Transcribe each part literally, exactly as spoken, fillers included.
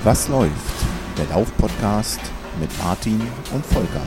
Was läuft? Der Lauf-Podcast mit Martin und Volker.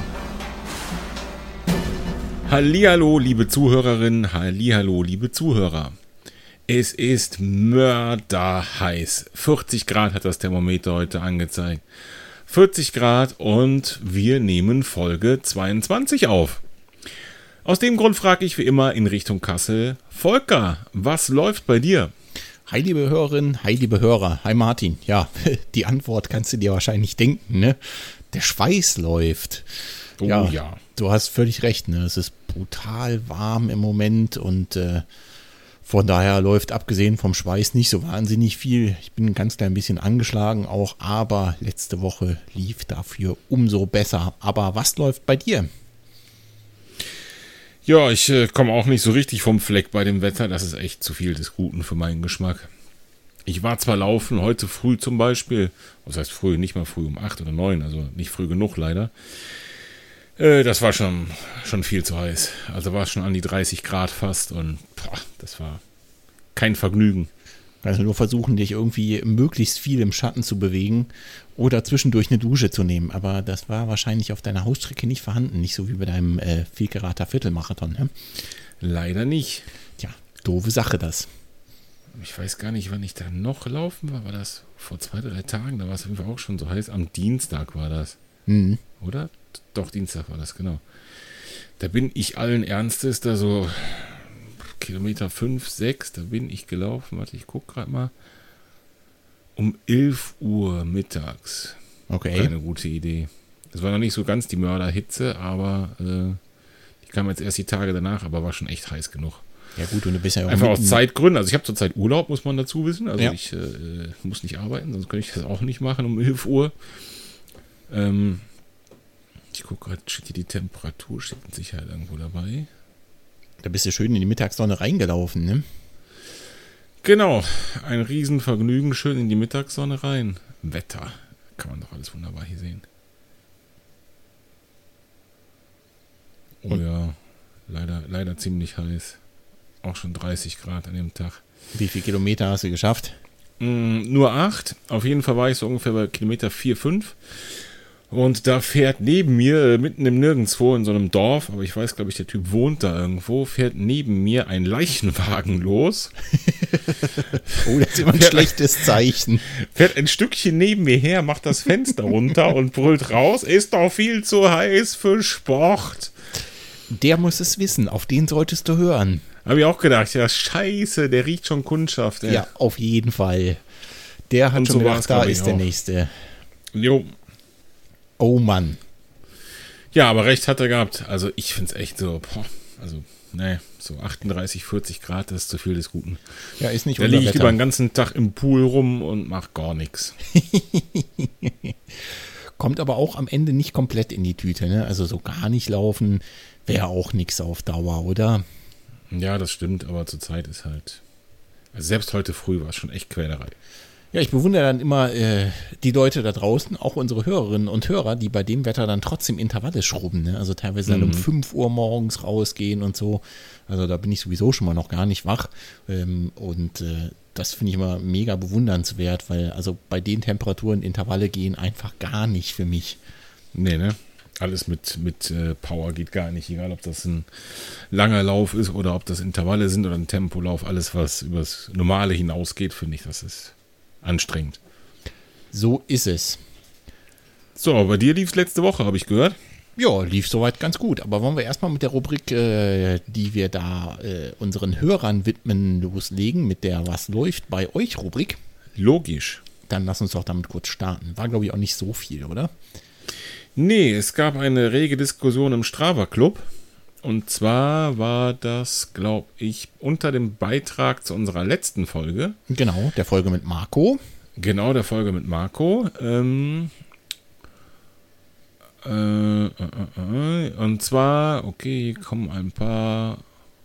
Hallihallo, liebe Zuhörerinnen, hallihallo, liebe Zuhörer. Es ist mörderheiß. vierzig Grad hat das Thermometer heute angezeigt. vierzig Grad und wir nehmen Folge zweiundzwanzig auf. Aus dem Grund frage ich wie immer in Richtung Kassel: Volker, was läuft bei dir? Hi liebe Hörerinnen, hi liebe Hörer, hi Martin. Ja, die Antwort kannst du dir wahrscheinlich denken, ne? Der Schweiß läuft. Oh ja. ja. Du hast völlig recht, ne? Es ist brutal warm im Moment und äh, von daher läuft abgesehen vom Schweiß nicht so wahnsinnig viel. Ich bin ein ganz klein bisschen angeschlagen auch, aber letzte Woche lief dafür umso besser. Aber was läuft bei dir? Ja, ich äh, komme auch nicht so richtig vom Fleck bei dem Wetter. Das ist echt zu viel des Guten für meinen Geschmack. Ich war zwar laufen, heute früh zum Beispiel, was heißt früh, nicht mal früh um acht oder neun, also nicht früh genug leider. Äh, das war schon, schon viel zu heiß. Also war es schon an die dreißig Grad fast und boah, das war kein Vergnügen. Also nur versuchen, dich irgendwie möglichst viel im Schatten zu bewegen oder zwischendurch eine Dusche zu nehmen. Aber das war wahrscheinlich auf deiner Hausstrecke nicht vorhanden. Nicht so wie bei deinem äh, Vielgerater Viertelmarathon, ne? Leider nicht. Tja, doofe Sache das. Ich weiß gar nicht, wann ich da noch laufen war. War das vor zwei, drei Tagen? Da war es auf jeden Fall auch schon so heiß. Am Dienstag war das. Mhm. Oder? Doch, Dienstag war das, genau. Da bin ich allen Ernstes da so Kilometer fünf, sechs, da bin ich gelaufen. Warte, ich gucke gerade mal. Um elf Uhr mittags. Okay. Keine gute Idee. Das war noch nicht so ganz die Mörderhitze, aber äh, die kam jetzt erst die Tage danach, aber war schon echt heiß genug. Ja gut, und du bist ja auch einfach aus Zeitgründen. Also ich habe zurzeit Urlaub, muss man dazu wissen. Also ja. ich äh, muss nicht arbeiten, sonst könnte ich das auch nicht machen um elf Uhr. Ähm, ich gucke gerade, steht hier die Temperatur, steht mit Sicherheit irgendwo dabei. Da bist du schön in die Mittagssonne reingelaufen, ne? Genau, ein Riesenvergnügen, schön in die Mittagssonne rein. Wetter, kann man doch alles wunderbar hier sehen. Oh und? Ja, leider, leider ziemlich heiß. Auch schon dreißig Grad an dem Tag. Wie viele Kilometer hast du geschafft? Mm, nur acht. Auf jeden Fall war ich so ungefähr bei Kilometer vier, fünf. Und da fährt neben mir, mitten im Nirgendwo in so einem Dorf, aber ich weiß, glaube ich, der Typ wohnt da irgendwo, fährt neben mir ein Leichenwagen los. Oh, das ist immer ein fährt, schlechtes Zeichen. Fährt ein Stückchen neben mir her, macht das Fenster runter und brüllt raus, ist doch viel zu heiß für Sport. Der muss es wissen, auf den solltest du hören. Habe ich auch gedacht, ja scheiße, der riecht schon Kundschaft. Ey. Ja, auf jeden Fall. Der hat und schon so gedacht, da ist der Nächste. Jo. Oh Mann. Ja, aber recht hat er gehabt. Also ich finde es echt so, boah, also, ne, so achtunddreißig, vierzig Grad, das ist zu viel des Guten. Ja, ist nicht unser Wetter. Da liege ich über den ganzen Tag im Pool rum und mache gar nichts. Kommt aber auch am Ende nicht komplett in die Tüte, ne? Also so gar nicht laufen wäre auch nichts auf Dauer, oder? Ja, das stimmt, aber zur Zeit ist halt, also selbst heute früh war es schon echt Quälerei. Ja, ich bewundere dann immer äh, die Leute da draußen, auch unsere Hörerinnen und Hörer, die bei dem Wetter dann trotzdem Intervalle schrubben, ne? Also teilweise dann mhm. um fünf Uhr morgens rausgehen und so. Also da bin ich sowieso schon mal noch gar nicht wach. Ähm, und äh, das finde ich immer mega bewundernswert, weil also bei den Temperaturen Intervalle gehen einfach gar nicht für mich. Nee, ne? Alles mit, mit äh, Power geht gar nicht, egal ob das ein langer Lauf ist oder ob das Intervalle sind oder ein Tempolauf. Alles, was übers Normale hinausgeht, finde ich, das ist anstrengend. So ist es. So, bei dir lief es letzte Woche, habe ich gehört. Ja, lief soweit ganz gut. Aber wollen wir erstmal mit der Rubrik, äh, die wir da äh, unseren Hörern widmen, loslegen, mit der Was läuft bei euch Rubrik? Logisch. Dann lass uns doch damit kurz starten. War, glaube ich, auch nicht so viel, oder? Nee, es gab eine rege Diskussion im Strava-Club. Und zwar war das, glaube ich, unter dem Beitrag zu unserer letzten Folge. Genau, der Folge mit Marco. Genau, der Folge mit Marco. Ähm, äh, äh, äh, und zwar, okay, hier kommen ein paar.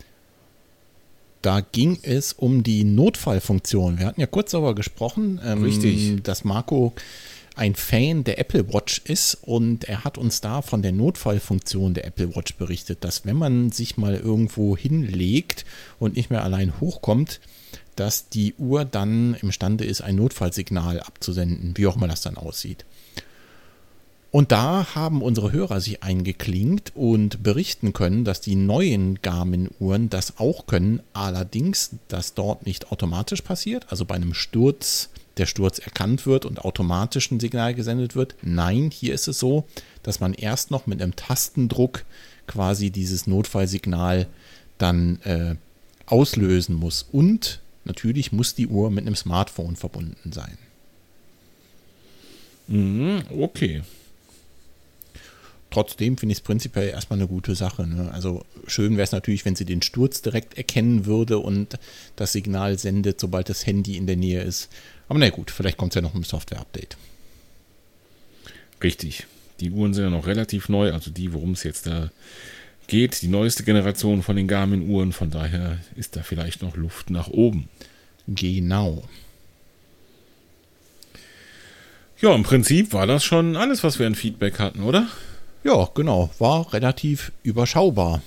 Da ging es um die Notfallfunktion. Wir hatten ja kurz darüber gesprochen, ähm, Richtig. dass Marco ein Fan der Apple Watch ist und er hat uns da von der Notfallfunktion der Apple Watch berichtet, dass wenn man sich mal irgendwo hinlegt und nicht mehr allein hochkommt, dass die Uhr dann imstande ist, ein Notfallsignal abzusenden, wie auch immer das dann aussieht. Und da haben unsere Hörer sich eingeklinkt und berichten können, dass die neuen Garmin-Uhren das auch können, allerdings, dass dort nicht automatisch passiert, also bei einem Sturz der Sturz erkannt wird und automatisch ein Signal gesendet wird. Nein, hier ist es so, dass man erst noch mit einem Tastendruck quasi dieses Notfallsignal dann äh, auslösen muss. Und natürlich muss die Uhr mit einem Smartphone verbunden sein. Mhm, okay. Trotzdem finde ich es prinzipiell erstmal eine gute Sache. Ne? Also schön wäre es natürlich, wenn sie den Sturz direkt erkennen würde und das Signal sendet, sobald das Handy in der Nähe ist. Aber na gut, vielleicht kommt es ja noch ein Software-Update. Richtig. Die Uhren sind ja noch relativ neu, also die, worum es jetzt da geht, die neueste Generation von den Garmin-Uhren. Von daher ist da vielleicht noch Luft nach oben. Genau. Ja, im Prinzip war das schon alles, was wir an Feedback hatten, oder? Ja, genau. War relativ überschaubar.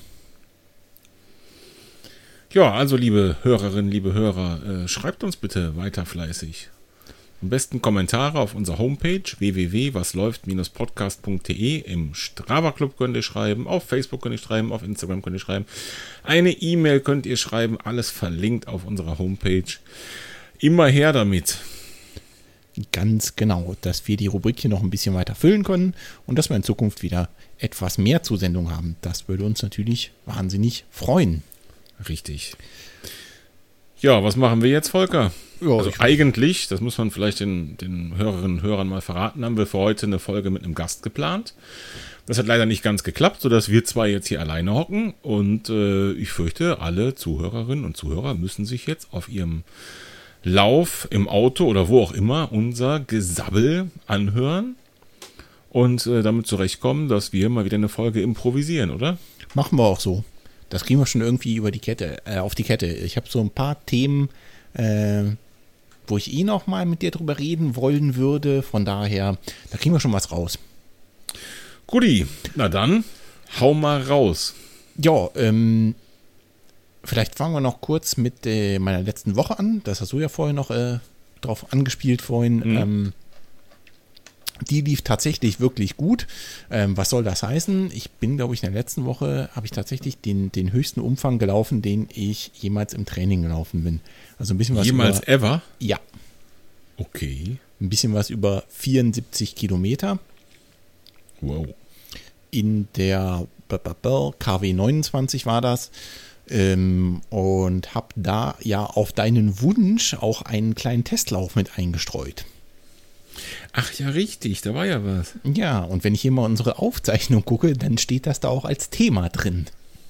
Ja, also liebe Hörerinnen, liebe Hörer, äh, schreibt uns bitte weiter fleißig. Am besten Kommentare auf unserer Homepage w w w punkt was läuft Bindestrich podcast punkt d e. Im Strava Club könnt ihr schreiben, auf Facebook könnt ihr schreiben, auf Instagram könnt ihr schreiben. Eine E-Mail könnt ihr schreiben, alles verlinkt auf unserer Homepage. Immer her damit. Ganz genau, dass wir die Rubrik hier noch ein bisschen weiter füllen können und dass wir in Zukunft wieder etwas mehr Zusendungen haben. Das würde uns natürlich wahnsinnig freuen. Richtig. Ja, was machen wir jetzt, Volker? Ja, also eigentlich, das muss man vielleicht den, den Hörerinnen und Hörern mal verraten, haben wir für heute eine Folge mit einem Gast geplant. Das hat leider nicht ganz geklappt, sodass wir zwei jetzt hier alleine hocken und äh, ich fürchte, alle Zuhörerinnen und Zuhörer müssen sich jetzt auf ihrem Lauf im Auto oder wo auch immer unser Gesabbel anhören und äh, damit zurechtkommen, dass wir mal wieder eine Folge improvisieren, oder? Machen wir auch so. Das kriegen wir schon irgendwie über die Kette, äh, auf die Kette. Ich habe so ein paar Themen, äh, wo ich eh noch mal mit dir drüber reden wollen würde. Von daher, da kriegen wir schon was raus. Guti, na dann, hau mal raus. Ja, ähm, vielleicht fangen wir noch kurz mit äh, meiner letzten Woche an. Das hast du ja vorhin noch äh, drauf angespielt vorhin. Mhm. Ähm, die lief tatsächlich wirklich gut. Ähm, was soll das heißen? Ich bin, glaube ich, in der letzten Woche habe ich tatsächlich den, den höchsten Umfang gelaufen, den ich jemals im Training gelaufen bin. Also ein bisschen was Jemals über, ever? Ja. Okay. Ein bisschen was über vierundsiebzig Kilometer. Wow. In der K W neunundzwanzig war das. Ähm, und habe da ja auf deinen Wunsch auch einen kleinen Testlauf mit eingestreut. Ach ja, richtig, da war ja was. Ja, und wenn ich hier mal unsere Aufzeichnung gucke, dann steht das da auch als Thema drin.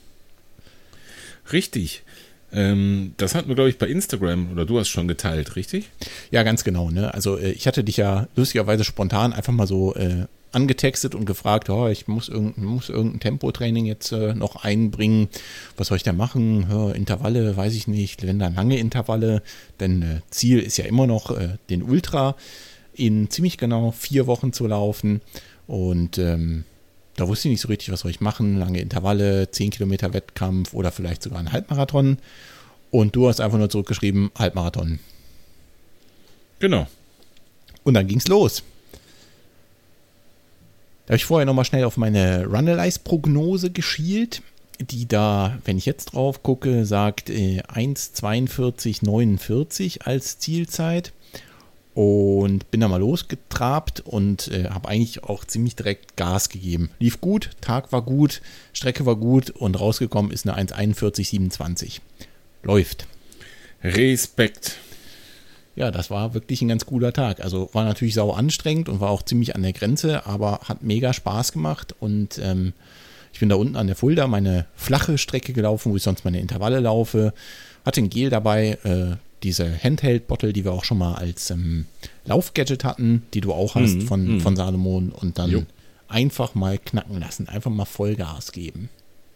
Richtig. Ähm, das hatten wir, glaube ich, bei Instagram, oder du hast schon geteilt, richtig? Ja, ganz genau. Ne? Also äh, ich hatte dich ja lustigerweise spontan einfach mal so äh, angetextet und gefragt, oh, ich muss, irgend, muss irgendein Tempotraining jetzt äh, noch einbringen. Was soll ich da machen? Ja, Intervalle, weiß ich nicht. Wenn dann lange Intervalle, denn äh, Ziel ist ja immer noch äh, den Ultra in ziemlich genau vier Wochen zu laufen. Und ähm, da wusste ich nicht so richtig, was soll ich machen. Lange Intervalle, zehn Kilometer Wettkampf oder vielleicht sogar ein Halbmarathon. Und du hast einfach nur zurückgeschrieben, Halbmarathon. Genau. Und dann ging's los. Da habe ich vorher nochmal schnell auf meine Runalyze-Prognose geschielt, die da, wenn ich jetzt drauf gucke, sagt äh, eins zweiundvierzig neunundvierzig als Zielzeit. Und bin da mal losgetrabt und äh, habe eigentlich auch ziemlich direkt Gas gegeben. Lief gut, Tag war gut, Strecke war gut und rausgekommen ist eine eins einundvierzig siebenundzwanzig. Läuft. Respekt. Ja, das war wirklich ein ganz cooler Tag. Also war natürlich sau anstrengend und war auch ziemlich an der Grenze, aber hat mega Spaß gemacht. Und ähm, ich bin da unten an der Fulda meine flache Strecke gelaufen, wo ich sonst meine Intervalle laufe. Hatte ein Gel dabei, äh, diese Handheld-Bottle, die wir auch schon mal als ähm, Laufgadget hatten, die du auch hast mhm, von, mhm. von Salomon, und dann jo. einfach mal knacken lassen, einfach mal Vollgas geben.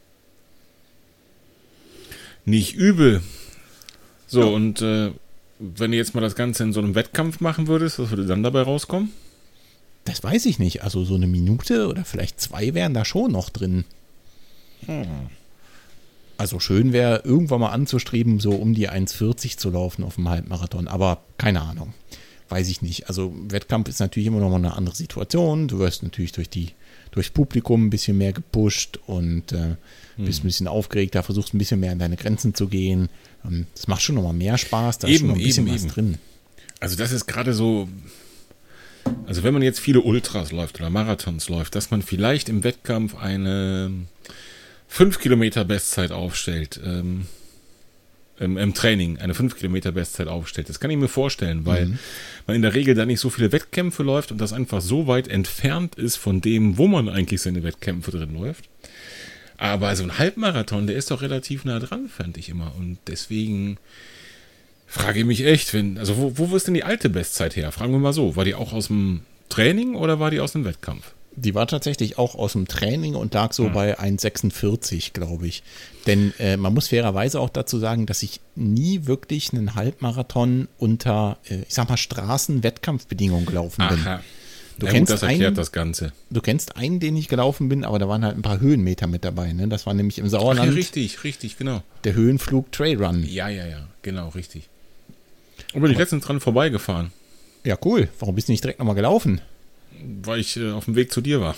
Nicht übel. So, ja. und äh, wenn du jetzt mal das Ganze in so einem Wettkampf machen würdest, was würde dann dabei rauskommen? Das weiß ich nicht. Also so eine Minute oder vielleicht zwei wären da schon noch drin. Hm. Also schön wäre, irgendwann mal anzustreben, so um die eins vierzig zu laufen auf dem Halbmarathon. Aber keine Ahnung, weiß ich nicht. Also Wettkampf ist natürlich immer noch mal eine andere Situation. Du wirst natürlich durch die durchs Publikum ein bisschen mehr gepusht und äh, bist ein bisschen aufgeregter, versuchst ein bisschen mehr an deine Grenzen zu gehen. Ähm, das macht schon noch mal mehr Spaß, da eben, ist schon noch ein bisschen eben, was eben. drin. Also das ist gerade so, also wenn man jetzt viele Ultras läuft oder Marathons läuft, dass man vielleicht im Wettkampf eine fünf Kilometer Bestzeit aufstellt, ähm, im, im Training eine fünf Kilometer Bestzeit aufstellt. Das kann ich mir vorstellen, weil mhm. man in der Regel da nicht so viele Wettkämpfe läuft und das einfach so weit entfernt ist von dem, wo man eigentlich seine Wettkämpfe drin läuft. Aber so ein Halbmarathon, der ist doch relativ nah dran, fand ich immer. Und deswegen frage ich mich echt, wenn, also wo, wo ist denn die alte Bestzeit her? Fragen wir mal so. War die auch aus dem Training oder war die aus dem Wettkampf? Die war tatsächlich auch aus dem Training und lag so hm. bei eins sechsundvierzig, glaube ich. Denn äh, man muss fairerweise auch dazu sagen, dass ich nie wirklich einen Halbmarathon unter, äh, ich sag mal, Straßen-Wettkampfbedingungen gelaufen bin. Aha. Du ja, kennst gut, das erklärt einen, das Ganze. Du kennst einen, den ich gelaufen bin, aber da waren halt ein paar Höhenmeter mit dabei. Ne? Das war nämlich im Sauerland. Ach ja, richtig, richtig, genau. Der Höhenflug Trailrun. Ja, ja, ja, genau, richtig. Und bin ich letztens dran vorbeigefahren. Ja, cool. Warum bist du nicht direkt nochmal gelaufen? Weil ich äh, auf dem Weg zu dir war.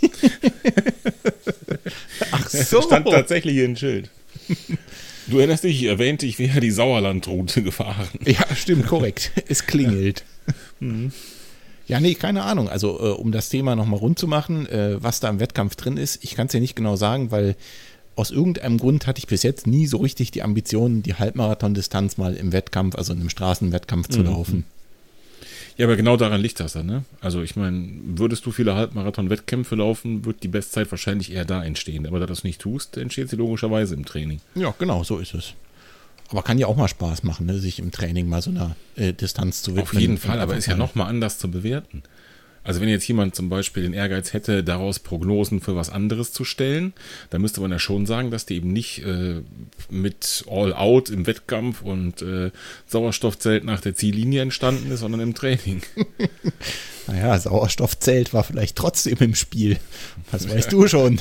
Ach so. Stand tatsächlich hier ein Schild. Du erinnerst dich, ich erwähnte, ich wäre die Sauerlandroute gefahren. Ja, stimmt, korrekt. Es klingelt. Mhm. Ja, nee, keine Ahnung. Also, äh, um das Thema nochmal rund zu machen, äh, was da im Wettkampf drin ist, ich kann es dir nicht genau sagen, weil aus irgendeinem Grund hatte ich bis jetzt nie so richtig die Ambition, die Halbmarathon-Distanz mal im Wettkampf, also in einem Straßenwettkampf zu mhm. laufen. Ja, aber genau daran liegt das dann, ne? Also ich meine, würdest du viele Halbmarathon-Wettkämpfe laufen, wird die Bestzeit wahrscheinlich eher da entstehen. Aber da du das nicht tust, entsteht sie logischerweise im Training. Ja, genau, so ist es. Aber kann ja auch mal Spaß machen, ne? Sich im Training mal so einer äh, Distanz zu widmen. Auf jeden Fall, aber ist ja nochmal anders zu bewerten. Also wenn jetzt jemand zum Beispiel den Ehrgeiz hätte, daraus Prognosen für was anderes zu stellen, dann müsste man ja schon sagen, dass die eben nicht äh, mit All-Out im Wettkampf und äh, Sauerstoffzelt nach der Ziellinie entstanden ist, sondern im Training. Naja, Sauerstoffzelt war vielleicht trotzdem im Spiel. Das weißt du schon.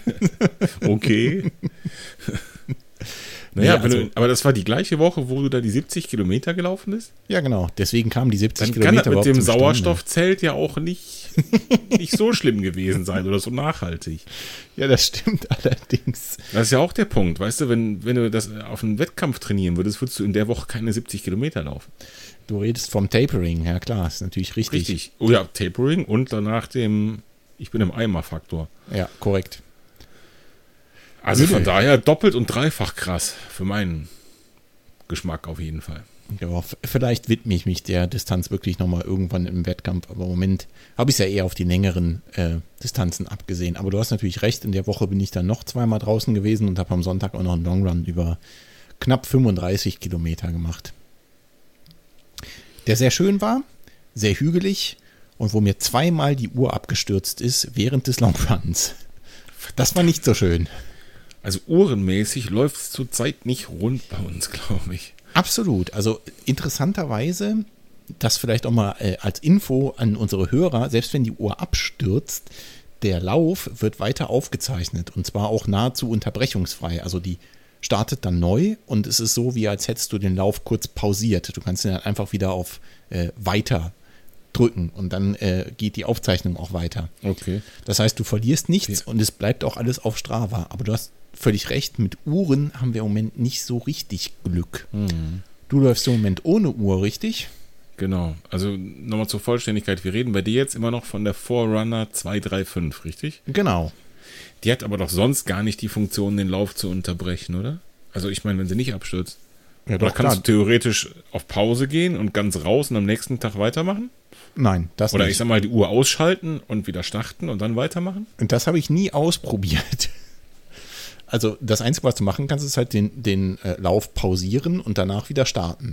Okay. Naja, ja, also, du, aber das war die gleiche Woche, wo du da die siebzig Kilometer gelaufen bist? Ja, genau. Deswegen kamen die siebzig Dann Kilometer kann das mit dem zustande. Sauerstoffzelt ja auch nicht, nicht so schlimm gewesen sein oder so nachhaltig. Ja, das stimmt allerdings. Das ist ja auch der Punkt, weißt du, wenn, wenn du das auf einen Wettkampf trainieren würdest, würdest du in der Woche keine siebzig Kilometer laufen. Du redest vom Tapering, ja klar, ist natürlich richtig. Richtig, oh ja, Tapering und danach dem, ich bin im Eimer-Faktor. Ja, korrekt. Also von daher doppelt und dreifach krass, für meinen Geschmack auf jeden Fall. Ja, vielleicht widme ich mich der Distanz wirklich nochmal irgendwann im Wettkampf, aber im Moment habe ich es ja eher auf die längeren äh, Distanzen abgesehen. Aber du hast natürlich recht, in der Woche bin ich dann noch zweimal draußen gewesen und habe am Sonntag auch noch einen Longrun über knapp fünfunddreißig Kilometer gemacht. Der sehr schön war, sehr hügelig und wo mir zweimal die Uhr abgestürzt ist während des Longruns. Das war nicht so schön. Also uhrenmäßig läuft es zurzeit nicht rund bei uns, glaube ich. Absolut. Also interessanterweise, das vielleicht auch mal äh, als Info an unsere Hörer, selbst wenn die Uhr abstürzt, der Lauf wird weiter aufgezeichnet und zwar auch nahezu unterbrechungsfrei. Also die startet dann neu und es ist so, wie als hättest du den Lauf kurz pausiert. Du kannst ihn dann einfach wieder auf äh, Weiter drücken und dann äh, geht die Aufzeichnung auch weiter. Okay. Das heißt, du verlierst nichts okay. und es bleibt auch alles auf Strava. Aber du hast völlig recht, mit Uhren haben wir im Moment nicht so richtig Glück. Mhm. Du läufst im Moment ohne Uhr, richtig? Genau. Also nochmal zur Vollständigkeit. Wir reden bei dir jetzt immer noch von der Forerunner zwei drei fünf, richtig? Genau. Die hat aber doch sonst gar nicht die Funktion, den Lauf zu unterbrechen, oder? Also ich meine, wenn sie nicht abstürzt. Ja, oder doch, kannst klar. du theoretisch auf Pause gehen und ganz raus und am nächsten Tag weitermachen? Nein, das Oder nicht. ich sag mal, die Uhr ausschalten und wieder starten und dann weitermachen? Und das habe ich nie ausprobiert. Also das Einzige, was du machen kannst, ist halt den, den äh, Lauf pausieren und danach wieder starten.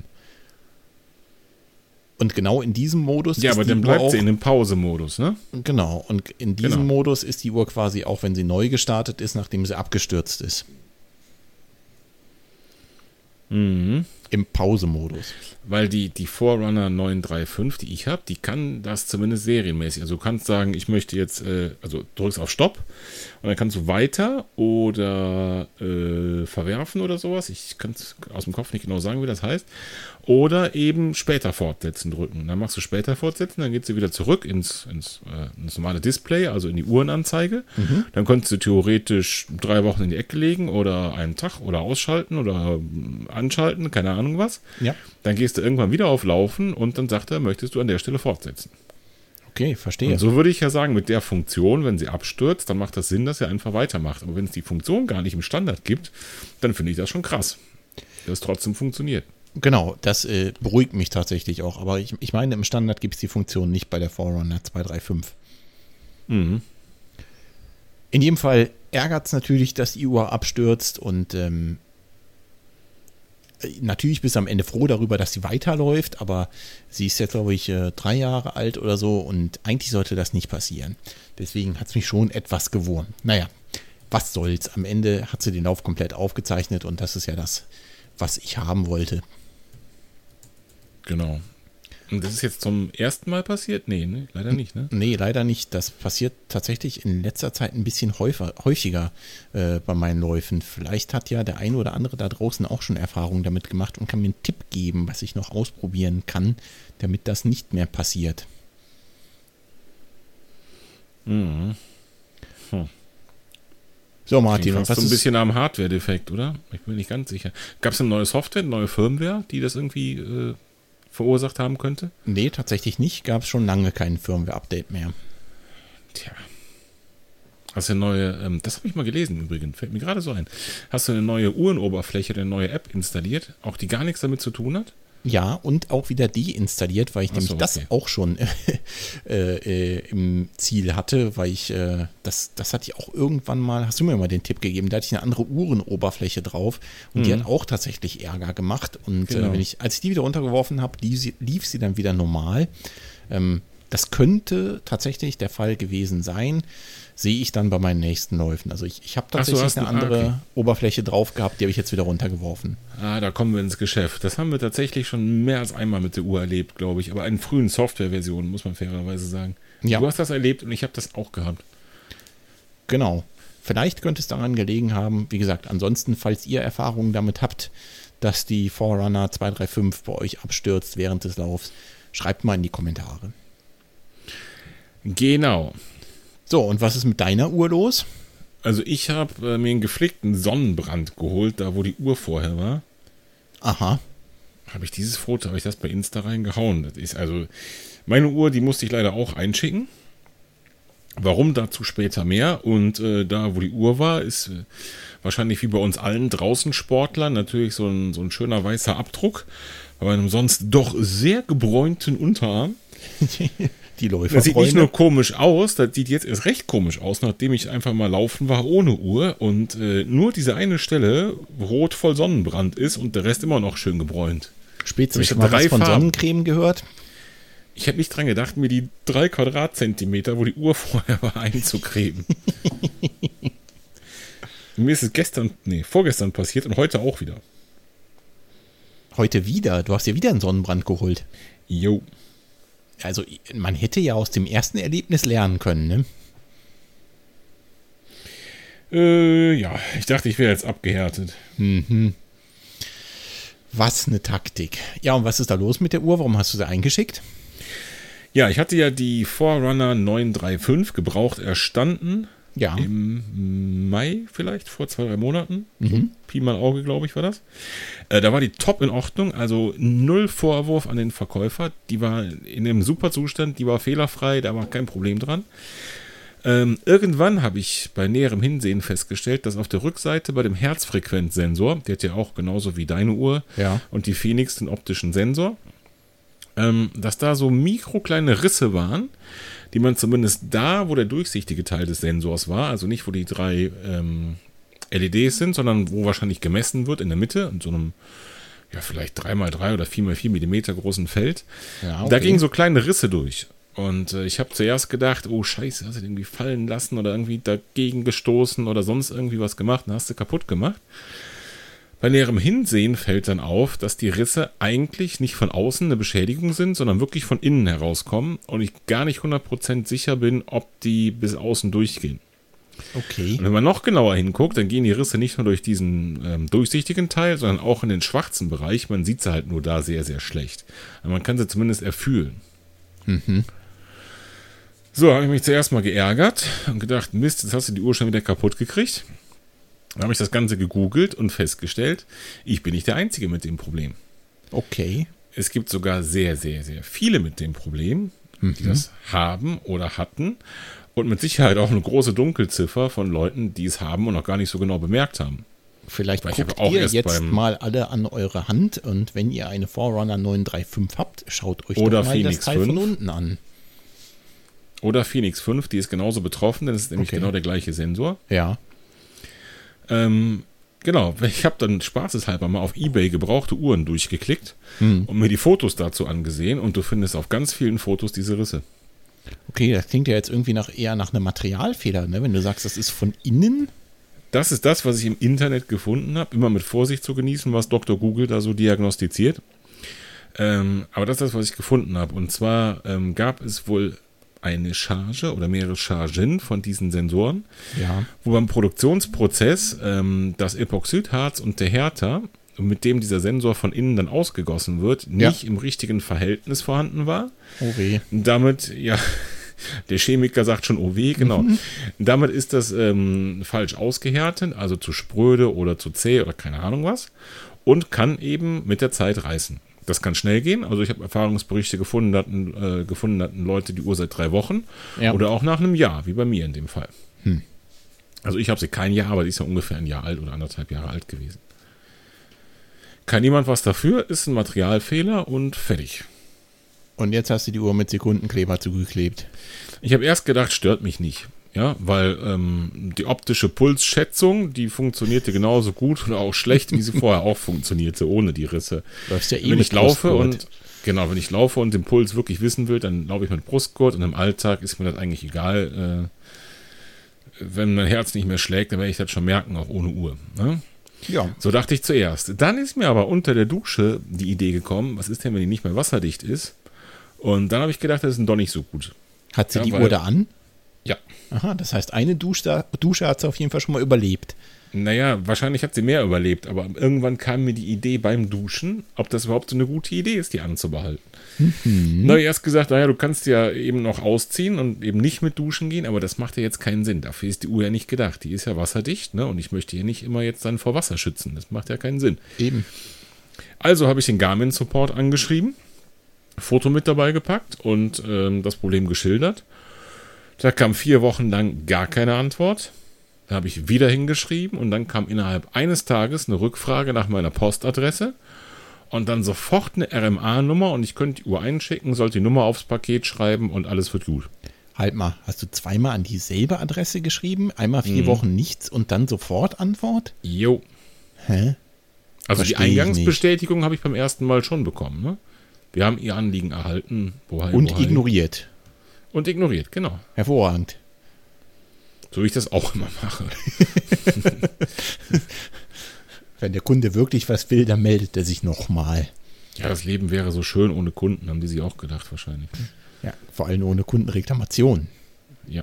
Und genau in diesem Modus ja, ist aber die dann Uhr bleibt auch, sie in dem Pausemodus, ne? Genau, und in diesem Genau. Modus ist die Uhr quasi auch, wenn sie neu gestartet ist, nachdem sie abgestürzt ist. Mhm. Im Pausemodus. Weil die, die Forerunner neun drei fünf, die ich habe, die kann das zumindest serienmäßig. Also du kannst sagen, ich möchte jetzt, äh, also drückst auf Stopp und dann kannst du weiter oder äh, verwerfen oder sowas. Ich kann es aus dem Kopf nicht genau sagen, wie das heißt. Oder eben später fortsetzen drücken. Dann machst du später fortsetzen, dann geht sie wieder zurück ins, ins, äh, ins normale Display, also in die Uhrenanzeige. Mhm. Dann könntest du theoretisch drei Wochen in die Ecke legen oder einen Tag oder ausschalten oder anschalten, keine Ahnung was. Ja. Dann gehst du irgendwann wieder auf Laufen und dann sagt er, möchtest du an der Stelle fortsetzen. Okay, verstehe. Und so würde ich ja sagen, mit der Funktion, wenn sie abstürzt, dann macht das Sinn, dass er einfach weitermacht. Aber wenn es die Funktion gar nicht im Standard gibt, dann finde ich das schon krass, dass es trotzdem funktioniert. Genau, das äh, beruhigt mich tatsächlich auch. Aber ich, ich meine, im Standard gibt es die Funktion nicht bei der Forerunner zwei drei fünf. Mhm. In jedem Fall ärgert es natürlich, dass die Uhr abstürzt und ähm, natürlich bist du am Ende froh darüber, dass sie weiterläuft, aber sie ist jetzt, glaube ich, äh, drei Jahre alt oder so und eigentlich sollte das nicht passieren. Deswegen hat es mich schon etwas gewurmt. Naja, was soll's. Am Ende hat sie den Lauf komplett aufgezeichnet und das ist ja das, was ich haben wollte. Genau. Und das ist jetzt zum ersten Mal passiert? Nee, ne? Leider nicht, ne? Nee, leider nicht. Das passiert tatsächlich in letzter Zeit ein bisschen häufiger, häufiger äh, bei meinen Läufen. Vielleicht hat ja der eine oder andere da draußen auch schon Erfahrungen damit gemacht und kann mir einen Tipp geben, was ich noch ausprobieren kann, damit das nicht mehr passiert. Mhm. Hm. So, Martin, und was was so ein ist bisschen am Hardware-Defekt, oder? Ich bin nicht ganz sicher. Gab es eine neue Software, eine neue Firmware, die das irgendwie äh, verursacht haben könnte? Nee, tatsächlich nicht. Gab es schon lange kein Firmware-Update mehr. Tja. Hast du eine neue, ähm, das habe ich mal gelesen übrigens, fällt mir gerade so ein. Hast du eine neue Uhrenoberfläche, eine neue App installiert, auch die gar nichts damit zu tun hat? Ja, und auch wieder deinstalliert, weil ich Ach nämlich so, okay. das auch schon äh, äh, im Ziel hatte, weil ich, äh, das, das hatte ich auch irgendwann mal, hast du mir mal den Tipp gegeben, da hatte ich eine andere Uhrenoberfläche drauf und Mhm. die hat auch tatsächlich Ärger gemacht und Genau. äh, wenn ich, als ich die wieder runtergeworfen habe, lief sie, lief sie dann wieder normal. Ähm, das könnte tatsächlich der Fall gewesen sein, sehe ich dann bei meinen nächsten Läufen. Also ich, ich habe Ach so, tatsächlich hast eine du- ah, andere okay. Oberfläche drauf gehabt, die habe ich jetzt wieder runtergeworfen. Ah, da kommen wir ins Geschäft. Das haben wir tatsächlich schon mehr als einmal mit der Uhr erlebt, glaube ich. Aber in frühen Softwareversionen, muss man fairerweise sagen. Ja. Du hast das erlebt und ich habe das auch gehabt. Genau. Vielleicht könnte es daran gelegen haben, wie gesagt, ansonsten, falls ihr Erfahrungen damit habt, dass die Forerunner zwei drei fünf bei euch abstürzt während des Laufs, schreibt mal in die Kommentare. Genau. So, und was ist mit deiner Uhr los? Also ich habe äh, mir einen geflickten Sonnenbrand geholt, da wo die Uhr vorher war. Aha. Habe ich dieses Foto, habe ich das bei Insta reingehauen. Das ist also, meine Uhr, die musste ich leider auch einschicken. Warum, dazu später mehr. Und äh, da, wo die Uhr war, ist äh, wahrscheinlich wie bei uns allen draußen Sportlern natürlich so ein, so ein schöner weißer Abdruck. Bei einem sonst doch sehr gebräunten Unterarm. Die Läufer. Das sieht nicht nur komisch aus, das sieht jetzt erst recht komisch aus, nachdem ich einfach mal laufen war ohne Uhr und äh, nur diese eine Stelle rot voll Sonnenbrand ist und der Rest immer noch schön gebräunt. Spätestens Ich hab mal was drei von Farben. Sonnencreme gehört. Ich habe nicht dran gedacht, mir die drei Quadratzentimeter, wo die Uhr vorher war, einzucremen. Mir ist es gestern, nee, vorgestern passiert und heute auch wieder. Heute wieder. Du hast dir wieder einen Sonnenbrand geholt. Jo. Also man hätte ja aus dem ersten Erlebnis lernen können, ne? Äh, ja, ich dachte, ich wäre jetzt abgehärtet. Mhm. Was eine Taktik. Ja, und was ist da los mit der Uhr? Warum hast du sie eingeschickt? Ja, ich hatte ja die Forerunner neun drei fünf gebraucht erstanden. Ja. Im Mai vielleicht, vor zwei, drei Monaten. Mhm. Pi mal Auge, glaube ich, war das. Äh, da war die top in Ordnung, also null Vorwurf an den Verkäufer. Die war in einem super Zustand, die war fehlerfrei, da war kein Problem dran. Ähm, irgendwann habe ich bei näherem Hinsehen festgestellt, dass auf der Rückseite bei dem Herzfrequenzsensor, der hat ja auch genauso wie deine Uhr Ja. und die Phoenix den optischen Sensor, ähm, dass da so mikrokleine Risse waren, die man zumindest da, wo der durchsichtige Teil des Sensors war, also nicht wo die drei ähm, L E Ds sind, sondern wo wahrscheinlich gemessen wird in der Mitte, in so einem, ja, vielleicht drei mal drei oder vier mal vier Millimeter großen Feld. Ja, okay. Da gingen so kleine Risse durch. Und äh, ich habe zuerst gedacht, oh scheiße, hast du den irgendwie fallen lassen oder irgendwie dagegen gestoßen oder sonst irgendwie was gemacht, dann hast du kaputt gemacht. Bei näherem Hinsehen fällt dann auf, dass die Risse eigentlich nicht von außen eine Beschädigung sind, sondern wirklich von innen herauskommen und ich gar nicht hundert Prozent sicher bin, ob die bis außen durchgehen. Okay. Und wenn man noch genauer hinguckt, dann gehen die Risse nicht nur durch diesen ähm, durchsichtigen Teil, sondern auch in den schwarzen Bereich. Man sieht sie halt nur da sehr, sehr schlecht. Aber man kann sie zumindest erfühlen. Mhm. So, habe ich mich zuerst mal geärgert und gedacht, Mist, jetzt hast du die Uhr schon wieder kaputt gekriegt. Dann habe ich das Ganze gegoogelt und festgestellt, ich bin nicht der Einzige mit dem Problem. Okay. Es gibt sogar sehr, sehr, sehr viele mit dem Problem, Mhm. die das haben oder hatten. Und mit Sicherheit auch eine große Dunkelziffer von Leuten, die es haben und noch gar nicht so genau bemerkt haben. Vielleicht Weil ich guckt habe auch ihr erst jetzt beim- mal alle an eure Hand und wenn ihr eine Forerunner neun drei fünf habt, schaut euch Oder doch mal Phoenix das Teil von fünf. unten an. Oder Phoenix fünf, die ist genauso betroffen, denn es ist nämlich Okay. genau der gleiche Sensor. Ja. Ähm, genau, ich habe dann spaßeshalber mal auf eBay gebrauchte Uhren durchgeklickt Hm. und mir die Fotos dazu angesehen und du findest auf ganz vielen Fotos diese Risse. Okay, das klingt ja jetzt irgendwie nach, eher nach einem Materialfehler, ne? Wenn du sagst, das ist von innen. Das ist das, was ich im Internet gefunden habe. Immer mit Vorsicht zu genießen, was Doktor Google da so diagnostiziert. Ähm, aber das ist das, was ich gefunden habe. Und zwar ähm, gab es wohl eine Charge oder mehrere Chargen von diesen Sensoren, Ja. wo beim Produktionsprozess ähm, das Epoxidharz und der Härter, mit dem dieser Sensor von innen dann ausgegossen wird, Ja. nicht im richtigen Verhältnis vorhanden war. Oh weh. Damit, ja, der Chemiker sagt schon, oh weh, genau. Mhm. Damit ist das ähm, falsch ausgehärtet, also zu spröde oder zu zäh oder keine Ahnung was. Und kann eben mit der Zeit reißen. Das kann schnell gehen. Also ich habe Erfahrungsberichte gefunden, da hatten, äh, gefunden, da hatten Leute die Uhr seit drei Wochen Ja. oder auch nach einem Jahr, wie bei mir in dem Fall. Hm. Also ich habe sie kein Jahr, aber die ist ja ungefähr ein Jahr alt oder anderthalb Jahre alt gewesen. Kann niemand was dafür, ist ein Materialfehler und fertig. Und jetzt hast du die Uhr mit Sekundenkleber zugeklebt. Ich habe erst gedacht, stört mich nicht. Ja, weil ähm, die optische Pulsschätzung, die funktionierte genauso gut oder auch schlecht, wie sie vorher auch funktionierte, ohne die Risse. Läufst ja eh Wenn mit ich laufe Brustgurt. und genau, wenn ich laufe und den Puls wirklich wissen will, dann laufe ich mit Brustgurt und im Alltag ist mir das eigentlich egal. Äh, wenn mein Herz nicht mehr schlägt, dann werde ich das schon merken, auch ohne Uhr. Ne? Ja. So dachte ich zuerst. Dann ist mir aber unter der Dusche die Idee gekommen, was ist denn, wenn die nicht mehr wasserdicht ist? Und dann habe ich gedacht, das ist doch nicht so gut. Hat sie Ja, die weil- Uhr da an? Ja. Aha, das heißt, eine Dusche, Dusche hat sie auf jeden Fall schon mal überlebt. Naja, wahrscheinlich hat sie mehr überlebt, aber irgendwann kam mir die Idee beim Duschen, ob das überhaupt so eine gute Idee ist, die anzubehalten. Mhm. Na, erst gesagt, naja, du kannst ja eben noch ausziehen und eben nicht mit duschen gehen, aber das macht ja jetzt keinen Sinn. Dafür ist die Uhr ja nicht gedacht. Die ist ja wasserdicht, ne? Und ich möchte hier nicht immer jetzt dann vor Wasser schützen. Das macht ja keinen Sinn. Eben. Also habe ich den Garmin-Support angeschrieben, Foto mit dabei gepackt und ähm, das Problem geschildert. Da kam vier Wochen lang gar keine Antwort. Da habe ich wieder hingeschrieben und dann kam innerhalb eines Tages eine Rückfrage nach meiner Postadresse und dann sofort eine R M A-Nummer und ich könnte die Uhr einschicken, sollte die Nummer aufs Paket schreiben und alles wird gut. Halt mal, hast du zweimal an dieselbe Adresse geschrieben? Einmal vier Mhm. Wochen nichts und dann sofort Antwort? Jo. Hä? Also Versteh die ich Eingangsbestätigung habe ich beim ersten Mal schon bekommen. Ne? Wir haben ihr Anliegen erhalten. Bohai, Und bohai. ignoriert. Und ignoriert, genau. Hervorragend. So wie ich das auch immer mache. Wenn der Kunde wirklich was will, dann meldet er sich nochmal. Ja, das Leben wäre so schön ohne Kunden, haben die sich auch gedacht wahrscheinlich. Ja, vor allem ohne Kundenreklamation. Ja.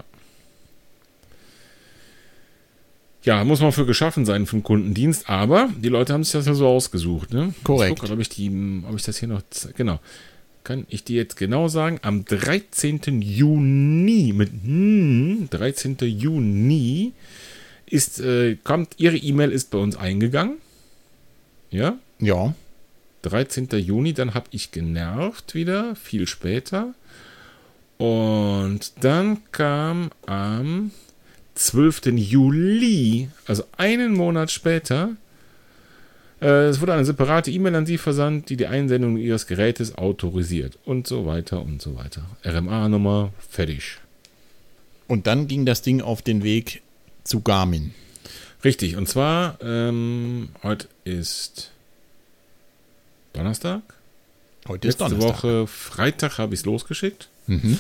Ja, muss man für geschaffen sein, für den Kundendienst, aber die Leute haben sich das ja so ausgesucht, ne? Korrekt. Ich gucke, ob ich die, ob ich das hier noch, ze- genau. Kann ich dir jetzt genau sagen, am dreizehnten Juni, mit hm, dreizehnten Juni ist, äh, kommt, ihre E-Mail ist bei uns eingegangen. Ja? Ja. dreizehnten Juni, dann habe ich genervt wieder, viel später. Und dann kam am zwölften Juli, also einen Monat später, äh, es wurde eine separate E-Mail an Sie versandt, die die Einsendung Ihres Gerätes autorisiert und so weiter und so weiter. R M A-Nummer, fertig. Und dann ging das Ding auf den Weg zu Garmin. Richtig, und zwar, ähm, heute ist Donnerstag. Heute ist Letzte Donnerstag. Woche, Freitag habe ich es losgeschickt. Mhm.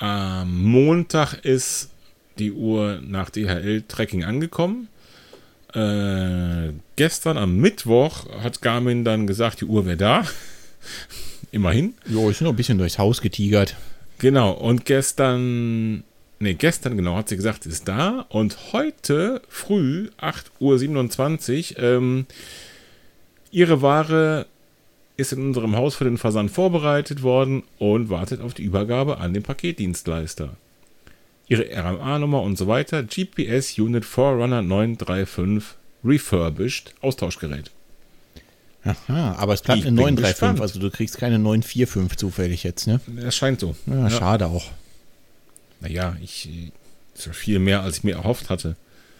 Am Montag ist die Uhr nach D H L-Tracking angekommen. Äh, gestern am Mittwoch hat Garmin dann gesagt, die Uhr wäre da. Immerhin. Jo, ist nur ein bisschen durchs Haus getigert. Genau, und gestern, nee, gestern genau, hat sie gesagt, ist da. Und heute früh, acht Uhr siebenundzwanzig, ähm, ihre Ware ist in unserem Haus für den Versand vorbereitet worden und wartet auf die Übergabe an den Paketdienstleister. Ihre R M A-Nummer und so weiter, G P S Unit Forerunner neun drei fünf Refurbished, Austauschgerät. Aha, aber es bleibt Ich eine bin neun drei fünf, gespannt. also du kriegst keine neun vier fünf zufällig jetzt, ne? Das scheint so. Ja, schade auch. Naja, ich, das ist ja viel mehr, als ich mir erhofft hatte.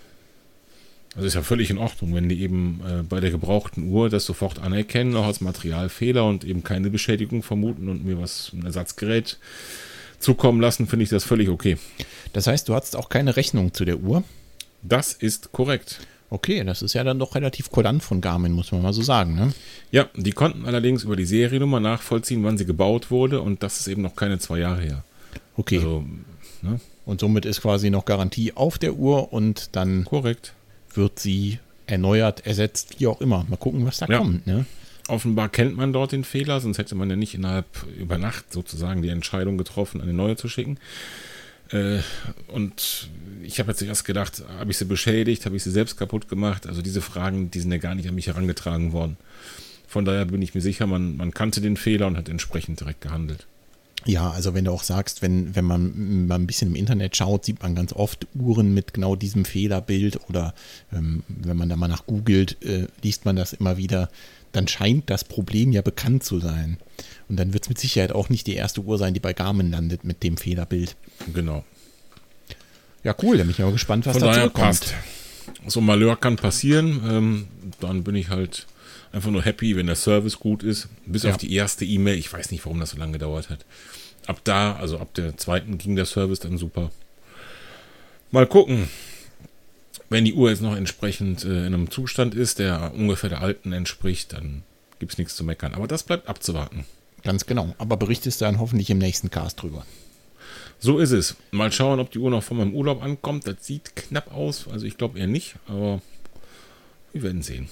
Also ist ja völlig in Ordnung, wenn die eben äh, bei der gebrauchten Uhr das sofort anerkennen, auch als Materialfehler und eben keine Beschädigung vermuten und mir was, ein Ersatzgerät zukommen lassen, finde ich das völlig okay. Das heißt, du hattest auch keine Rechnung zu der Uhr? Das ist korrekt. Okay, das ist ja dann doch relativ kulant von Garmin, muss man mal so sagen, ne? Ja, die konnten allerdings über die Seriennummer nachvollziehen, wann sie gebaut wurde und das ist eben noch keine zwei Jahre her. Okay. Also, ne? Und somit ist quasi noch Garantie auf der Uhr und dann Korrekt. wird sie erneuert, ersetzt, wie auch immer. Mal gucken, was da Ja. kommt, ne? Offenbar kennt man dort den Fehler, sonst hätte man ja nicht innerhalb über Nacht sozusagen die Entscheidung getroffen, eine neue zu schicken. Äh, und ich habe jetzt erst gedacht, habe ich sie beschädigt, habe ich sie selbst kaputt gemacht? Also diese Fragen, die sind ja gar nicht an mich herangetragen worden. Von daher bin ich mir sicher, man, man kannte den Fehler und hat entsprechend direkt gehandelt. Ja, also wenn du auch sagst, wenn, wenn man mal ein bisschen im Internet schaut, sieht man ganz oft Uhren mit genau diesem Fehlerbild oder ähm, wenn man da mal nach googelt, äh, liest man das immer wieder, dann scheint das Problem ja bekannt zu sein. Und dann wird es mit Sicherheit auch nicht die erste Uhr sein, die bei Garmin landet mit dem Fehlerbild. Genau. Ja, cool, da bin ich mal gespannt, was Von da daher zurückkommt. passt. So ein Malheur kann passieren. Ähm, dann bin ich halt einfach nur happy, wenn der Service gut ist. Bis Ja. auf die erste E-Mail. Ich weiß nicht, warum das so lange gedauert hat. Ab da, also ab der zweiten ging der Service dann super. Mal gucken. Wenn die Uhr jetzt noch entsprechend äh, in einem Zustand ist, der ungefähr der alten entspricht, dann gibt es nichts zu meckern. Aber das bleibt abzuwarten. Ganz genau. Aber berichtest du dann hoffentlich im nächsten Cast drüber. So ist es. Mal schauen, ob die Uhr noch von meinem Urlaub ankommt. Das sieht knapp aus. Also ich glaube eher nicht, aber wir werden sehen.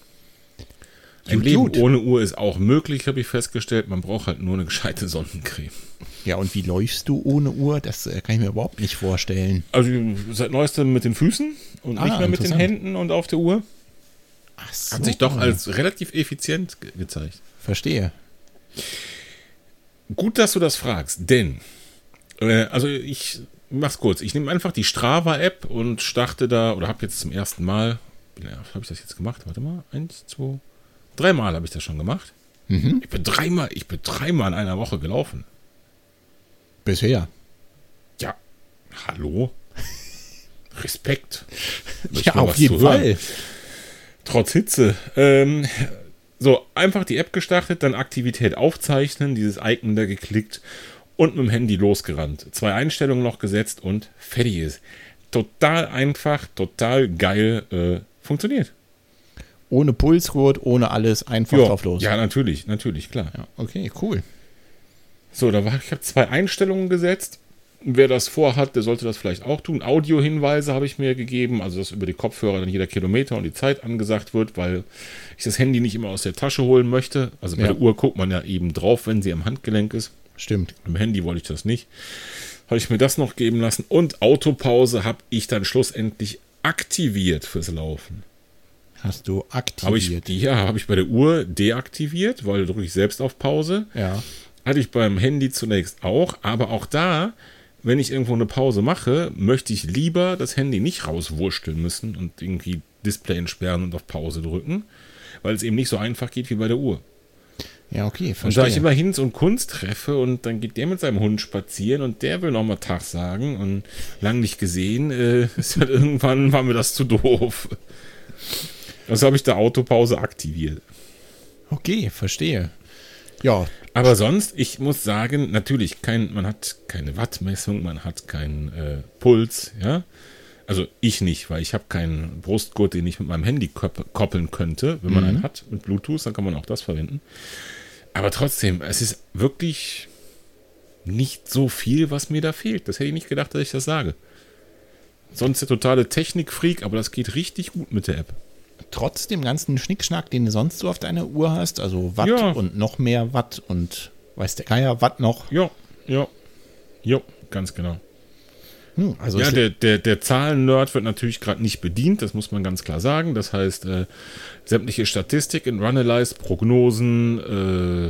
Ein Gut, Leben gut. ohne Uhr ist auch möglich, habe ich festgestellt. Man braucht halt nur eine gescheite Sonnencreme. Ja, und wie läufst du ohne Uhr? Das äh, kann ich mir überhaupt nicht vorstellen. Also seit neuestem mit den Füßen und Ah, nicht mehr mit den interessant. Händen und auf der Uhr. Ach so. Hat sich doch als relativ effizient ge gezeigt. Verstehe. Gut, dass du das fragst, denn, äh, also ich mach's kurz. Ich nehme einfach die Strava-App und starte da, oder habe jetzt zum ersten Mal, wie habe ich das jetzt gemacht? Warte mal, eins, zwei, dreimal habe ich das schon gemacht. Mhm. Ich bin dreimal, ich bin dreimal in einer Woche gelaufen. Bisher. Ja, hallo? Respekt. Möchte Ja, mal auf was jeden zu hören. Fall. Trotz Hitze. Ähm, so, einfach die App gestartet, dann Aktivität aufzeichnen, dieses Icon da geklickt und mit dem Handy losgerannt. Zwei Einstellungen noch gesetzt und fertig ist. Total einfach, total geil äh, funktioniert. Ohne Pulsgurt, ohne alles, einfach Jo, drauf los. Ja, natürlich, natürlich, klar. Ja, okay, cool. So, da war ich habe zwei Einstellungen gesetzt. Wer das vorhat, der sollte das vielleicht auch tun. Audiohinweise habe ich mir gegeben, also dass über die Kopfhörer dann jeder Kilometer und die Zeit angesagt wird, weil ich das Handy nicht immer aus der Tasche holen möchte. Also bei Ja. der Uhr guckt man ja eben drauf, wenn sie am Handgelenk ist. Stimmt. Im Handy wollte ich das nicht. Habe ich mir das noch geben lassen. Und Autopause habe ich dann schlussendlich aktiviert fürs Laufen. Hast du Habe ich, aktiviert. die, ja, habe ich bei der Uhr deaktiviert, weil da drücke ich selbst auf Pause. Ja. Hatte ich beim Handy zunächst auch, aber auch da, wenn ich irgendwo eine Pause mache, möchte ich lieber das Handy nicht rauswursteln müssen und irgendwie Display entsperren und auf Pause drücken, weil es eben nicht so einfach geht wie bei der Uhr. Ja, okay, Und verstehe. da ich immer Hinz und Kunst treffe und dann geht der mit seinem Hund spazieren und der will nochmal Tag sagen und lang nicht gesehen, äh, ist halt irgendwann war mir das zu doof. Also habe ich da Autopause aktiviert. Okay, verstehe. Ja, Aber sonst, ich muss sagen, natürlich, kein, man hat keine Wattmessung, man hat keinen äh, Puls, ja. Also ich nicht, weil ich habe keinen Brustgurt, den ich mit meinem Handy kopp- koppeln könnte. Wenn man Mhm. einen hat mit Bluetooth, dann kann man auch das verwenden. Aber trotzdem, es ist wirklich nicht so viel, was mir da fehlt. Das hätte ich nicht gedacht, dass ich das sage. sonst der totale Technikfreak, aber das geht richtig gut mit der App. Trotz dem ganzen Schnickschnack, den du sonst so auf deiner Uhr hast, also Watt Ja. und noch mehr Watt und weiß der Geier, Watt noch. Ja, ja, ja, ganz genau. Hm, also Ja, es- der, der, der Zahlen-Nerd wird natürlich gerade nicht bedient, das muss man ganz klar sagen. Das heißt, äh, sämtliche Statistik in Runalyze, Prognosen,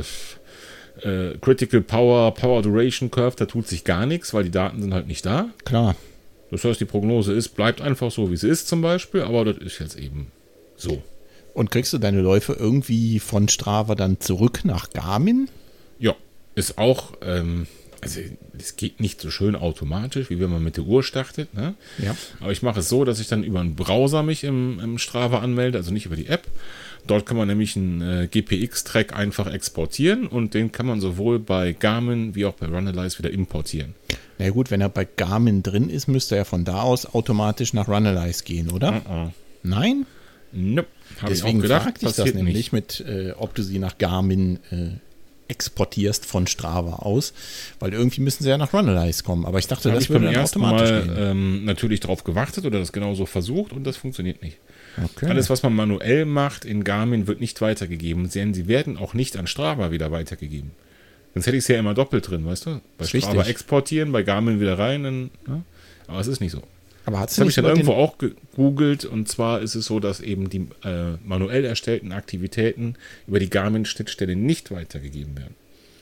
äh, äh, Critical Power, Power Duration Curve, da tut sich gar nichts, weil die Daten sind halt nicht da. klar. Das heißt, die Prognose ist, bleibt einfach so, wie sie ist zum Beispiel, aber das ist jetzt eben so. Und kriegst du deine Läufe irgendwie von Strava dann zurück nach Garmin? Ja, ist auch, ähm, also es geht nicht so schön automatisch, wie wenn man mit der Uhr startet, ne? Ja. Aber ich mache es so, dass ich dann über einen Browser mich im, im Strava anmelde, also nicht über die App. Dort kann man nämlich einen äh, G P X-Track einfach exportieren und den kann man sowohl bei Garmin wie auch bei Runalyze wieder importieren. Na gut, wenn er bei Garmin drin ist, müsste er von da aus automatisch nach Runalyze gehen, oder? Uh-uh. Nein? Nope. Habe ich auch Deswegen gedacht, fragte ich das passiert nämlich nicht. mit, äh, ob du sie nach Garmin äh, exportierst von Strava aus, weil irgendwie müssen sie ja nach Runalyze kommen. Aber ich dachte, Da habe das ich beim würde dann ersten automatisch Mal gehen. ähm, natürlich drauf gewartet oder das genauso versucht und das funktioniert nicht. Okay. Alles, was man manuell macht in Garmin, wird nicht weitergegeben. Denn sie werden auch nicht an Strava wieder weitergegeben. Sonst hätte ich es ja immer doppelt drin, weißt du? Bei Ist Strava richtig. exportieren, bei Garmin wieder rein. Dann, ne? Aber es ist nicht so. Aber hat's Das habe ich nicht dann über irgendwo den, auch gegoogelt. Und zwar ist es so, dass eben die äh, manuell erstellten Aktivitäten über die Garmin-Schnittstelle nicht weitergegeben werden.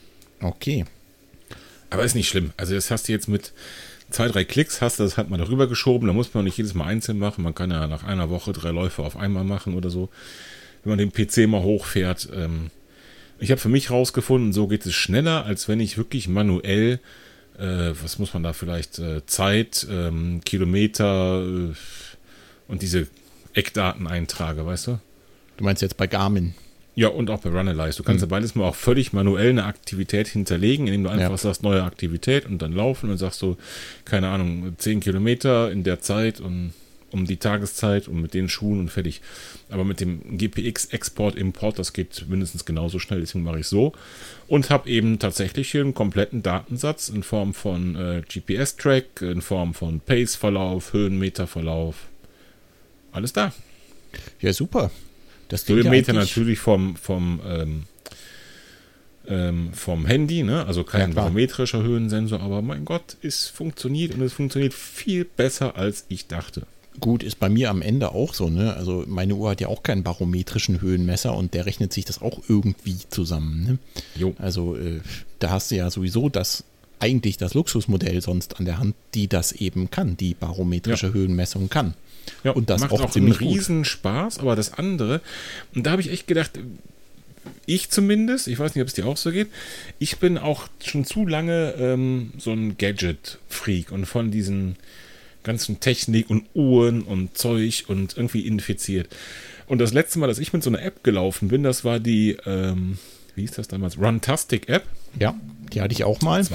Okay. Aber ist nicht schlimm. Also das hast du jetzt mit zwei, drei Klicks, hast du das halt mal darüber geschoben. Da muss man nicht jedes Mal einzeln machen. Man kann ja nach einer Woche drei Läufe auf einmal machen oder so. Wenn man den P C mal hochfährt. Ähm, ich habe für mich rausgefunden, so geht es schneller, als wenn ich wirklich manuell, äh, was muss man da vielleicht, äh, Zeit, ähm, Kilometer äh, und diese Eckdaten eintrage, weißt du? Du meinst jetzt bei Garmin. Ja, und auch bei Runalyze. Du kannst ja beides mal auch völlig manuell eine Aktivität hinterlegen, indem du einfach Ja. sagst, neue Aktivität und dann laufen und sagst so, keine Ahnung, zehn Kilometer in der Zeit und um die Tageszeit und mit den Schuhen und fertig. Aber mit dem G P X-Export-Import, das geht mindestens genauso schnell, deswegen mache ich so. Und habe eben tatsächlich hier einen kompletten Datensatz in Form von äh, G P S-Track, in Form von Pace-Verlauf, Höhenmeterverlauf. Alles da. Ja, super. Das klingt ja Höhenmeter eigentlich- natürlich vom, vom, ähm, ähm, vom Handy, ne? Also kein Ja, klar. barometrischer Höhensensor, aber mein Gott, es funktioniert und es funktioniert viel besser, als ich dachte. Gut, ist bei mir am Ende auch so, ne? Also meine Uhr hat ja auch keinen barometrischen Höhenmesser und der rechnet sich das auch irgendwie zusammen, ne? Jo. Also äh, da hast du ja sowieso das eigentlich das Luxusmodell sonst an der Hand, die das eben kann, die barometrische Ja. Höhenmessung kann. Ja, Und das macht auch auch, einen ziemlich gut. riesen Spaß, aber das andere, und da habe ich echt gedacht, ich zumindest, ich weiß nicht, ob es dir auch so geht, ich bin auch schon zu lange ähm, so ein Gadget-Freak und von diesen ganzen Technik und Uhren und Zeug und irgendwie infiziert. Und das letzte Mal, dass ich mit so einer App gelaufen bin, das war die, ähm, wie hieß das damals? Runtastic-App. Ja, die hatte ich auch mal.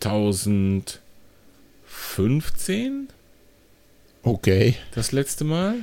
zweitausendfünfzehn Okay. das letzte Mal.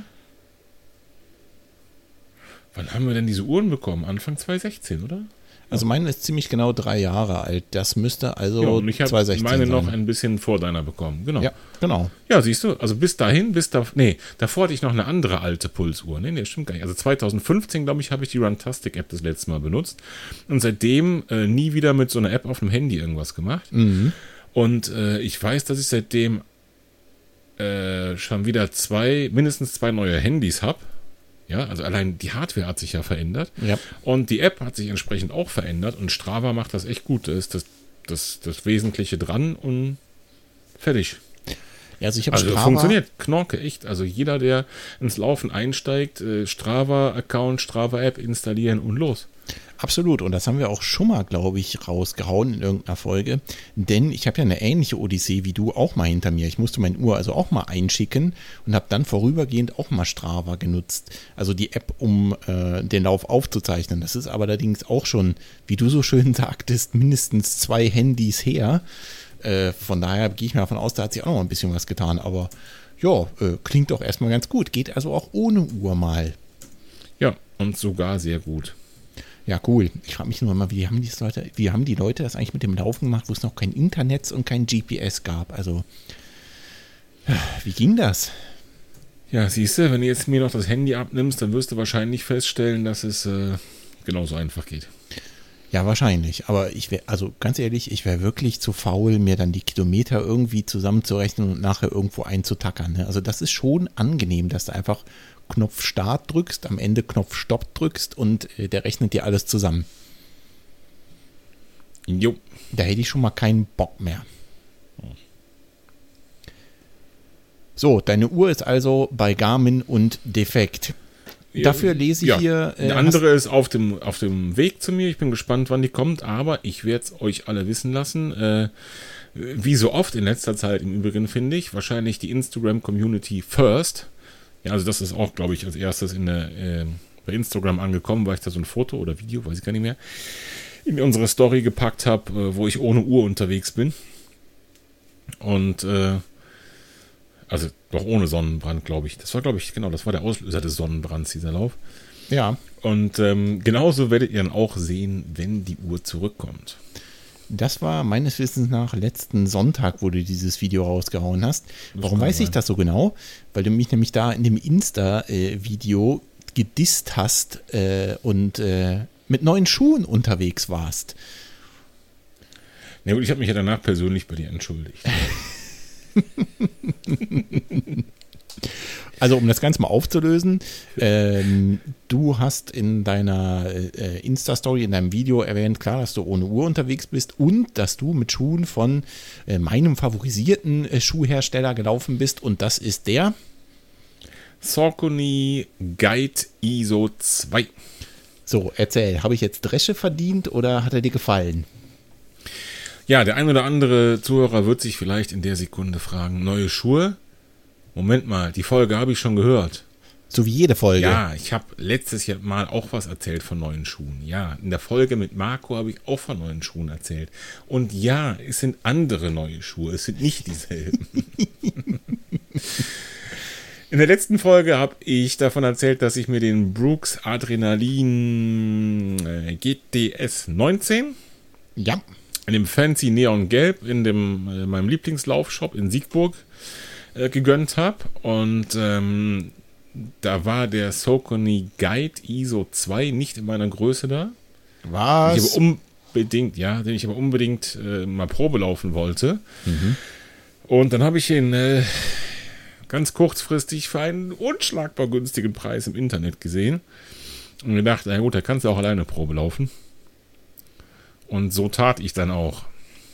Wann haben wir denn diese Uhren bekommen? Anfang zweitausendsechzehn, oder? Also meine ist ziemlich genau drei Jahre alt. Das müsste also Ja, und ich habe zweitausendsechzehn meine noch sein. ein bisschen vor deiner bekommen. Genau. Ja, genau. Ja, siehst du, also bis dahin, bis da, nee, davor hatte ich noch eine andere alte Pulsuhr. Nee, nee, stimmt gar nicht. Also zweitausendfünfzehn, glaube ich, habe ich die Runtastic-App das letzte Mal benutzt und seitdem äh, nie wieder mit so einer App auf dem Handy irgendwas gemacht. Mhm. Und äh, ich weiß, dass ich seitdem äh, schon wieder zwei, mindestens zwei neue Handys habe. Ja, also allein die Hardware hat sich ja verändert. Ja. Und die App hat sich entsprechend auch verändert und Strava macht das echt gut. Da ist das, das, das Wesentliche dran und fertig. Ja, also ich habe Also Strava. funktioniert, Knorke, echt. Also jeder, der ins Laufen einsteigt, äh, Strava-Account, Strava-App installieren und los. Absolut. Und das haben wir auch schon mal, glaube ich, rausgehauen in irgendeiner Folge. Denn ich habe ja eine ähnliche Odyssee wie du auch mal hinter mir. Ich musste meine Uhr also auch mal einschicken und habe dann vorübergehend auch mal Strava genutzt. Also die App, um äh, den Lauf aufzuzeichnen. Das ist aber allerdings auch schon, wie du so schön sagtest, mindestens zwei Handys her. Äh, von daher gehe ich mal davon aus, da hat sich auch noch ein bisschen was getan. Aber ja, äh, klingt doch erstmal ganz gut. Geht also auch ohne Uhr mal. Ja, und sogar sehr gut. Ja, cool. Ich frage mich nur mal, wie haben die Leute, wie haben die Leute das eigentlich mit dem Laufen gemacht, wo es noch kein Internet und kein G P S gab? Also, wie ging das? Ja, siehst du, wenn du jetzt mir noch das Handy abnimmst, dann wirst du wahrscheinlich feststellen, dass es äh, genauso einfach geht. Ja, wahrscheinlich. Aber ich wäre, also ganz ehrlich, ich wäre wirklich zu faul, mir dann die Kilometer irgendwie zusammenzurechnen und nachher irgendwo einzutackern. Ne? Also das ist schon angenehm, dass du einfach Knopf Start drückst, am Ende Knopf Stopp drückst und äh, der rechnet dir alles zusammen. Jo. Da hätte ich schon mal keinen Bock mehr. So, deine Uhr ist also bei Garmin und defekt. Dafür lese ich ja, hier... Äh, eine andere ist auf dem, auf dem Weg zu mir. Ich bin gespannt, wann die kommt, aber ich werde es euch alle wissen lassen. Äh, wie so oft in letzter Zeit im Übrigen, finde ich, wahrscheinlich die Instagram-Community first. Ja, also das ist auch, glaube ich, als erstes in der, äh, bei Instagram angekommen, weil ich da so ein Foto oder Video, weiß ich gar nicht mehr, in unsere Story gepackt habe, äh, wo ich ohne Uhr unterwegs bin. Und äh, also doch ohne Sonnenbrand, glaube ich. Das war, glaube ich, genau, das war der Auslöser des Sonnenbrands, dieser Lauf. Ja. Und ähm, genauso werdet ihr dann auch sehen, wenn die Uhr zurückkommt. Das war meines Wissens nach letzten Sonntag, wo du dieses Video rausgehauen hast. Warum weiß ich das so genau? Weil du mich nämlich da in dem Insta-Video gedisst hast äh, und äh, mit neuen Schuhen unterwegs warst. Na gut, ich habe mich ja danach persönlich bei dir entschuldigt. Also um das Ganze mal aufzulösen, ähm, du hast in deiner äh, Insta-Story, in deinem Video erwähnt, klar, dass du ohne Uhr unterwegs bist und dass du mit Schuhen von äh, meinem favorisierten äh, Schuhhersteller gelaufen bist und das ist der Saucony Guide I S O zwei. So, erzähl, habe ich jetzt Dresche verdient oder hat er dir gefallen? Ja, der ein oder andere Zuhörer wird sich vielleicht in der Sekunde fragen, neue Schuhe? Moment mal, die Folge habe ich schon gehört. So wie jede Folge. Ja, ich habe letztes Jahr mal auch was erzählt von neuen Schuhen. Ja, in der Folge mit Marco habe ich auch von neuen Schuhen erzählt. Und ja, es sind andere neue Schuhe, es sind nicht dieselben. In der letzten Folge habe ich davon erzählt, dass ich mir den Brooks Adrenalin G T S neunzehn ja. in dem Fancy Neon Gelb in dem äh, meinem Lieblingslaufshop in Siegburg äh, gegönnt habe. Und ähm, da war der Saucony Guide I S O zwei nicht in meiner Größe da. Was? Ich aber unbedingt, ja, den ich aber unbedingt äh, mal Probe laufen wollte. Mhm. Und dann habe ich ihn äh, ganz kurzfristig für einen unschlagbar günstigen Preis im Internet gesehen. Und gedacht, na gut, da kannst du auch alleine Probe laufen. Und so tat ich dann auch.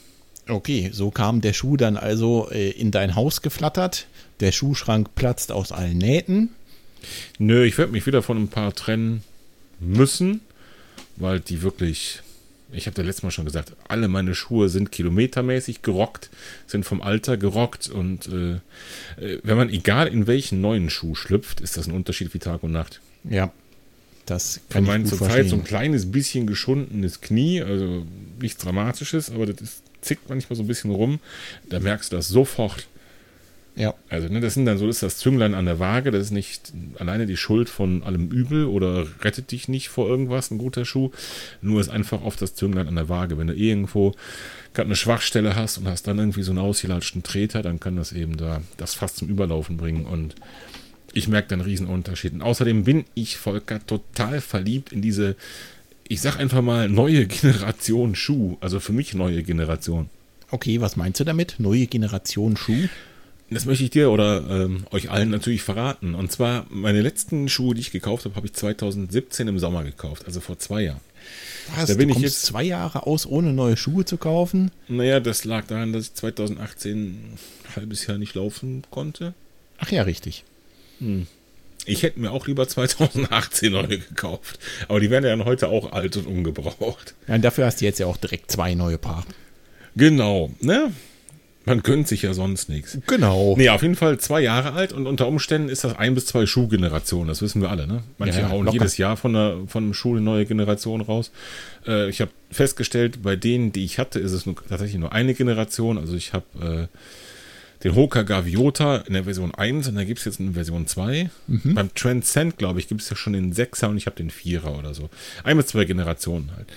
Okay, so kam der Schuh dann also äh, in dein Haus geflattert. Der Schuhschrank platzt aus allen Nähten. Nö, ich werde mich wieder von ein paar trennen müssen, weil die wirklich, ich habe ja letztes Mal schon gesagt, alle meine Schuhe sind kilometermäßig gerockt, sind vom Alter gerockt und äh, wenn man egal in welchen neuen Schuh schlüpft, ist das ein Unterschied wie Tag und Nacht. Ja, das kann ich ich gut zur verstehen. Zeit so ein kleines bisschen geschundenes Knie, also nichts Dramatisches, aber das ist, zickt manchmal so ein bisschen rum, da merkst du das sofort. Ja. Also, ne, das sind dann so, ist das Zünglein an der Waage, das ist nicht alleine die Schuld von allem Übel oder rettet dich nicht vor irgendwas, ein guter Schuh, nur ist einfach oft das Zünglein an der Waage. Wenn du irgendwo gerade eine Schwachstelle hast und hast dann irgendwie so einen ausgelatschten Treter, dann kann das eben da das fast zum Überlaufen bringen und ich merke da einen riesen Unterschied. Und außerdem bin ich, Volker, total verliebt in diese, ich sag einfach mal, neue Generation Schuh, also für mich neue Generation. Okay, was meinst du damit? Neue Generation Schuh? Das möchte ich dir oder ähm, euch allen natürlich verraten. Und zwar, meine letzten Schuhe, die ich gekauft habe, habe ich zwanzig siebzehn im Sommer gekauft, also vor zwei Jahren. Was, da bin du ich kommst jetzt zwei Jahre aus, ohne neue Schuhe zu kaufen? Naja, das lag daran, dass ich zwanzig achtzehn ein halbes Jahr nicht laufen konnte. Ach ja, richtig. Hm. Ich hätte mir auch lieber zwanzig achtzehn neue gekauft. Aber die werden ja dann heute auch alt und ungebraucht. Ja, und dafür hast du jetzt ja auch direkt zwei neue Paar. Genau, ne? Man gönnt sich ja sonst nichts. Genau. Nee, auf jeden Fall zwei Jahre alt und unter Umständen ist das ein bis zwei Schuhgenerationen, das wissen wir alle, ne? Manche Ja, hauen locker. jedes Jahr von der von einem Schuh eine neue Generation raus. Äh, ich habe festgestellt, bei denen, die ich hatte, ist es nur, tatsächlich nur eine Generation. Also ich habe äh, den Hoka Gaviota in der Version eins und da gibt es jetzt eine Version zwei. Mhm. Beim Transcend, glaube ich, gibt es ja schon den sechser und ich habe den vierer oder so. Ein bis zwei Generationen halt.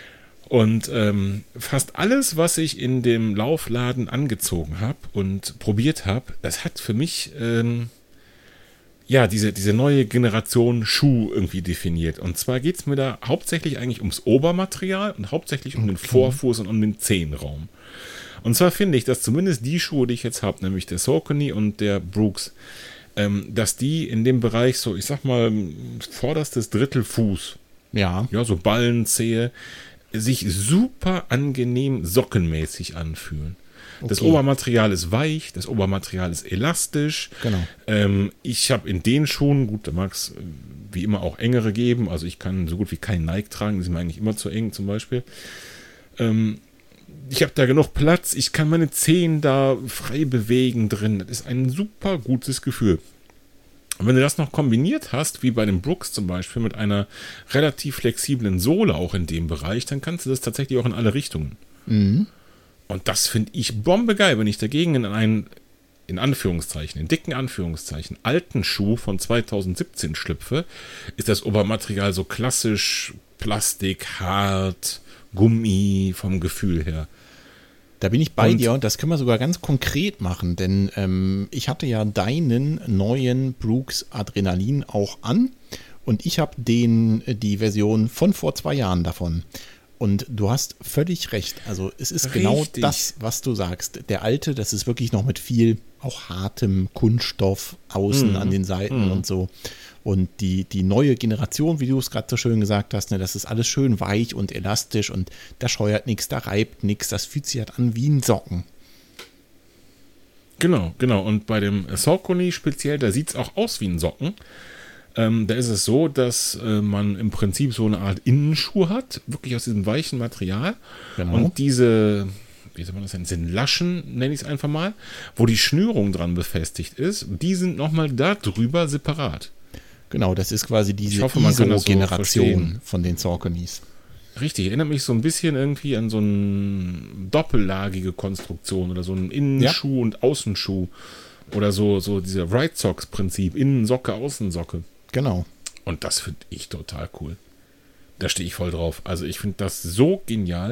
Und ähm, fast alles, was ich in dem Laufladen angezogen habe und probiert habe, das hat für mich ähm, ja, diese, diese neue Generation Schuh irgendwie definiert. Und zwar geht es mir da hauptsächlich eigentlich ums Obermaterial und hauptsächlich um den Vorfuß und um den Zehenraum. Und zwar finde ich, dass zumindest die Schuhe, die ich jetzt habe, nämlich der Saucony und der Brooks, ähm, dass die in dem Bereich so, ich sag mal, vorderstes Drittel Fuß, Ja. ja, so Ballenzehe, sich super angenehm sockenmäßig anfühlen. Das Okay. Obermaterial ist weich, das Obermaterial ist elastisch. Genau. Ähm, ich habe in den Schuhen, gut, da mag es wie immer auch engere geben, also ich kann so gut wie keinen Nike tragen, die sind mir eigentlich immer zu eng zum Beispiel. Ähm, ich habe da genug Platz, ich kann meine Zehen da frei bewegen drin. Das ist ein super gutes Gefühl. Und wenn du das noch kombiniert hast, wie bei den Brooks zum Beispiel, mit einer relativ flexiblen Sohle auch in dem Bereich, dann kannst du das tatsächlich auch in alle Richtungen. Mhm. Und das finde ich bombegeil, wenn ich dagegen in einen, in Anführungszeichen, in dicken Anführungszeichen, alten Schuh von zweitausendsiebzehn schlüpfe, ist das Obermaterial so klassisch Plastik, hart, Gummi vom Gefühl her. Da bin ich bei Und- dir und das können wir sogar ganz konkret machen, denn ähm, ich hatte ja deinen neuen Brooks Adrenalin auch an und ich habe den äh, die Version von vor zwei Jahren davon. Und du hast völlig recht. Also es ist genau Richtig. das, was du sagst. Der alte, das ist wirklich noch mit viel auch hartem Kunststoff außen Mhm. an den Seiten Mhm. und so. Und die, die neue Generation, wie du es gerade so schön gesagt hast, ne, das ist alles schön weich und elastisch und da scheuert nichts, da reibt nichts. Das fühlt sich halt an wie ein Socken. Genau, genau. Und bei dem Saucony speziell, da sieht es auch aus wie ein Socken. Ähm, da ist es so, dass äh, man im Prinzip so eine Art Innenschuh hat, wirklich aus diesem weichen Material. Genau. Und diese, wie soll man das nennen, sind Laschen, nenne ich es einfach mal, wo die Schnürung dran befestigt ist, die sind nochmal da drüber separat. Genau, das ist quasi diese Ich hoffe, man kann das so I S O-Generation verstehen. von den Sauconys. Richtig, erinnert mich so ein bisschen irgendwie an so eine doppellagige Konstruktion oder so einen Innenschuh und Außenschuh oder so, so dieser Right Socks Prinzip, Innensocke, Außensocke. Genau. Und das finde ich total cool. Da stehe ich voll drauf. Also ich finde das so genial.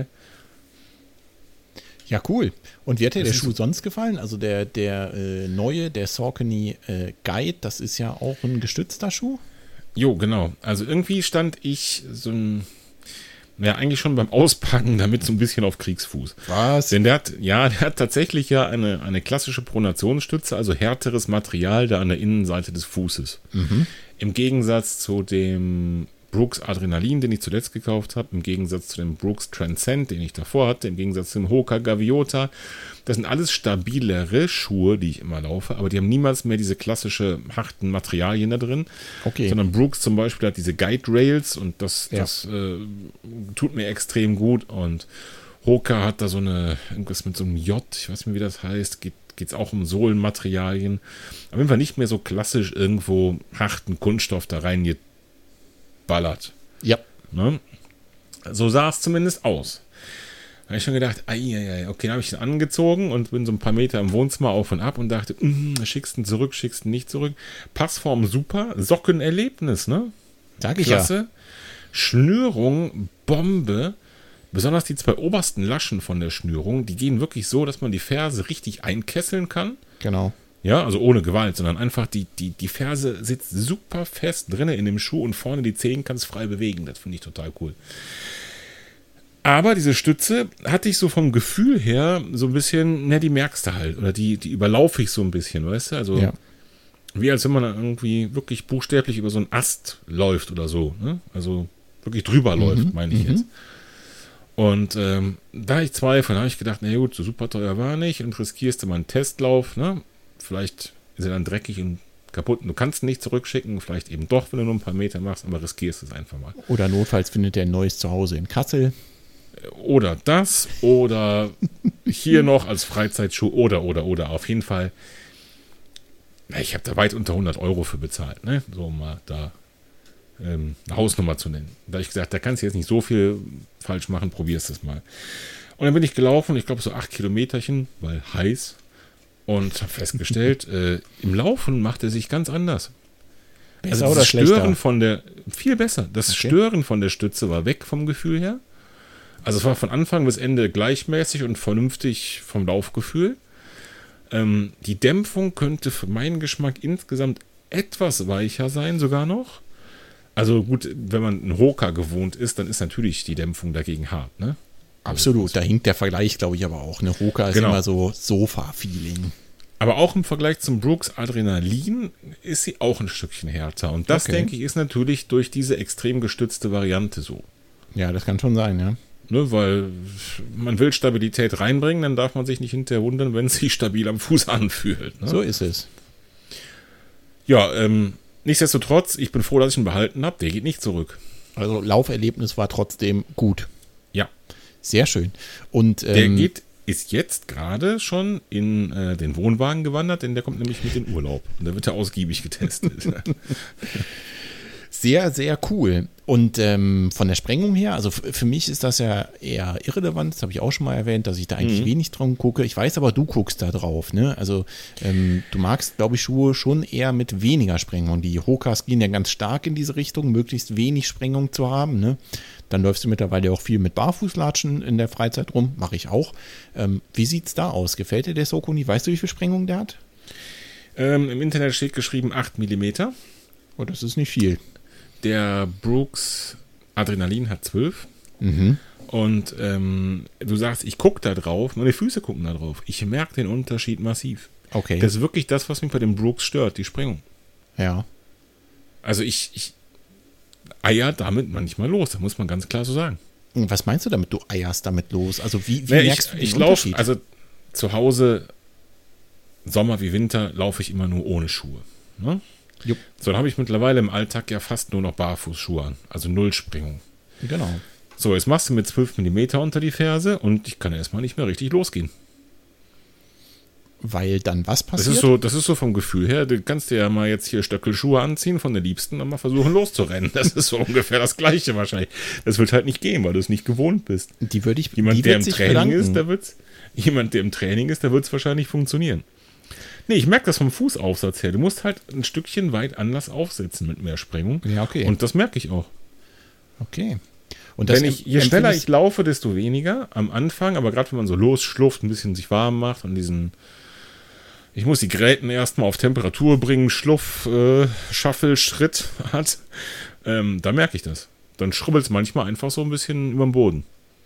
Ja, cool. Und wie hat dir Das der ist- Schuh sonst gefallen? Also der, der äh, neue, der Saucony äh, Guide, das ist ja auch ein gestützter Schuh. Jo, genau. Also irgendwie stand ich so ein, ja eigentlich schon beim Auspacken damit so ein bisschen auf Kriegsfuß. Was? Denn der hat, ja, der hat tatsächlich ja eine, eine klassische Pronationsstütze, also härteres Material da an der Innenseite des Fußes. Im Gegensatz zu dem Brooks Adrenalin, den ich zuletzt gekauft habe, im Gegensatz zu dem Brooks Transcend, den ich davor hatte, im Gegensatz zu dem Hoka Gaviota. Das sind alles stabilere Schuhe, die ich immer laufe, aber die haben niemals mehr diese klassische harten Materialien da drin. Okay. Sondern Brooks zum Beispiel hat diese Guide Rails und das, Ja. das äh, tut mir extrem gut. Und Hoka hat da so eine, irgendwas mit so einem J, ich weiß nicht mehr, wie das heißt, geht es auch um Sohlenmaterialien. Auf jeden Fall nicht mehr so klassisch irgendwo harten Kunststoff da reingeballert. Ja. Ne? So sah es zumindest aus. Da habe ich schon gedacht, ai, ai, ai, okay, dann habe ich ihn angezogen und bin so ein paar Meter im Wohnzimmer auf und ab und dachte, mm, schickst ihn zurück, schickst ihn nicht zurück. Passform super, Sockenerlebnis, ne? Sag ich ja. Klasse. Schnürung, Bombe. Besonders die zwei obersten Laschen von der Schnürung, die gehen wirklich so, dass man die Ferse richtig einkesseln kann. Genau. Ja, also ohne Gewalt, sondern einfach die, die, die Ferse sitzt super fest drinne in dem Schuh und vorne die Zehen kannst frei bewegen. Das finde ich total cool. Aber diese Stütze hatte ich so vom Gefühl her so ein bisschen, ne, die merkst du halt. Oder die, die überlaufe ich so ein bisschen, weißt du? Also Ja. wie als wenn man dann irgendwie wirklich buchstäblich über so einen Ast läuft oder so. Ne? Also wirklich drüber läuft, meine ich jetzt. Und ähm, da ich zweifle, habe ich gedacht, na gut, so super teuer war nicht und riskierst du mal einen Testlauf, ne? Vielleicht ist er dann dreckig und kaputt und du kannst ihn nicht zurückschicken, vielleicht eben doch, wenn du nur ein paar Meter machst, aber riskierst es einfach mal. Oder notfalls findet er ein neues Zuhause in Kassel. Oder das, oder hier noch als Freizeitschuh, oder, oder, oder. Auf jeden Fall, na, ich habe da weit unter hundert Euro für bezahlt, ne? So um mal da ähm, eine Hausnummer zu nennen. Da habe ich gesagt, da kannst du jetzt nicht so viel falsch machen, probierst es mal. Und dann bin ich gelaufen, ich glaube so acht Kilometerchen, weil heiß, und habe festgestellt, äh, im Laufen macht er sich ganz anders. Besser Also oder das schlechter? Stören von der, viel besser, das Okay. Stören von der Stütze war weg vom Gefühl her. Also es war von Anfang bis Ende gleichmäßig und vernünftig vom Laufgefühl. Ähm, die Dämpfung könnte für meinen Geschmack insgesamt etwas weicher sein sogar noch. Also gut, wenn man ein Hoka gewohnt ist, dann ist natürlich die Dämpfung dagegen hart, ne? Absolut, da hinkt der Vergleich, glaube ich, aber auch. Eine Hoka ist Genau. immer so Sofa-Feeling. Aber auch im Vergleich zum Brooks Adrenalin ist sie auch ein Stückchen härter. Und das, Okay. denke ich, ist natürlich durch diese extrem gestützte Variante so. Ja, das kann schon sein, ja. Ne, weil man will Stabilität reinbringen, dann darf man sich nicht hinterher wundern, wenn es sich stabil am Fuß anfühlt. Ne? So ist es. Ja, ähm, nichtsdestotrotz, ich bin froh, dass ich ihn behalten habe. Der geht nicht zurück. Also Lauferlebnis war trotzdem gut. Ja, Sehr schön. Und der ähm, geht, ist jetzt gerade schon in äh, den Wohnwagen gewandert, denn der kommt nämlich mit in Urlaub. Und da wird er ausgiebig getestet. sehr, sehr cool. Und ähm, von der Sprengung her, also f- für mich ist das ja eher irrelevant, das habe ich auch schon mal erwähnt, dass ich da eigentlich Mhm. wenig dran gucke. Ich weiß aber, du guckst da drauf, ne? Also ähm, du magst, glaube ich, Schuhe schon eher mit weniger Sprengung. Die Hokas gehen ja ganz stark in diese Richtung, möglichst wenig Sprengung zu haben, ne? Dann läufst du mittlerweile auch viel mit Barfußlatschen in der Freizeit rum, mache ich auch. Ähm, wie sieht's da aus? Gefällt dir der Saucony? Weißt du, wie viel Sprengung der hat? ähm, Im Internet steht geschrieben acht Millimeter. Oh, das ist nicht viel. Der Brooks Adrenalin hat zwölf. Mhm. Und ähm, du sagst, ich gucke da drauf, meine Füße gucken da drauf. Ich merke den Unterschied massiv. Okay. Das ist wirklich das, was mich bei dem Brooks stört, die Sprengung. ja. Also ich, ich eier damit manchmal los, das muss man ganz klar so sagen. Was meinst du damit? Du eierst damit los? Also wie, wie Ne, merkst ich du den ich laufe, Unterschied? also zu Hause, Sommer wie Winter, laufe ich immer nur ohne Schuhe. Ne? Jupp. So, dann habe ich mittlerweile im Alltag ja fast nur noch Barfußschuhe an, also null Sprengung. Genau. So, jetzt machst du mit zwölf Millimeter unter die Ferse und ich kann erstmal nicht mehr richtig losgehen. Weil dann was Das passiert? ist, so, das ist so vom Gefühl her, du kannst dir ja mal jetzt hier Stöckelschuhe anziehen von der Liebsten und mal versuchen loszurennen. Das ist so ungefähr das Gleiche wahrscheinlich. Das wird halt nicht gehen, weil du es nicht gewohnt bist. die würde ich Jemand, die der wird im sich Training bedanken. ist, der wird's, jemand, der im Training ist, der wird es wahrscheinlich funktionieren. Nee, ich merke das vom Fußaufsatz her. Du musst halt ein Stückchen weit anders aufsetzen mit mehr Sprengung. Ja, okay. Und das merke ich auch. Okay. Und das Wenn ich, em- je schneller empfindest- ich laufe, desto weniger am Anfang. Aber gerade wenn man so losschlufft, ein bisschen sich warm macht und diesen, ich muss die Gräten erstmal auf Temperatur bringen, Schluff, äh, Shuffle, Schritt hat, ähm, da merke ich das. Dann schrubbelt es manchmal einfach so ein bisschen über den Boden.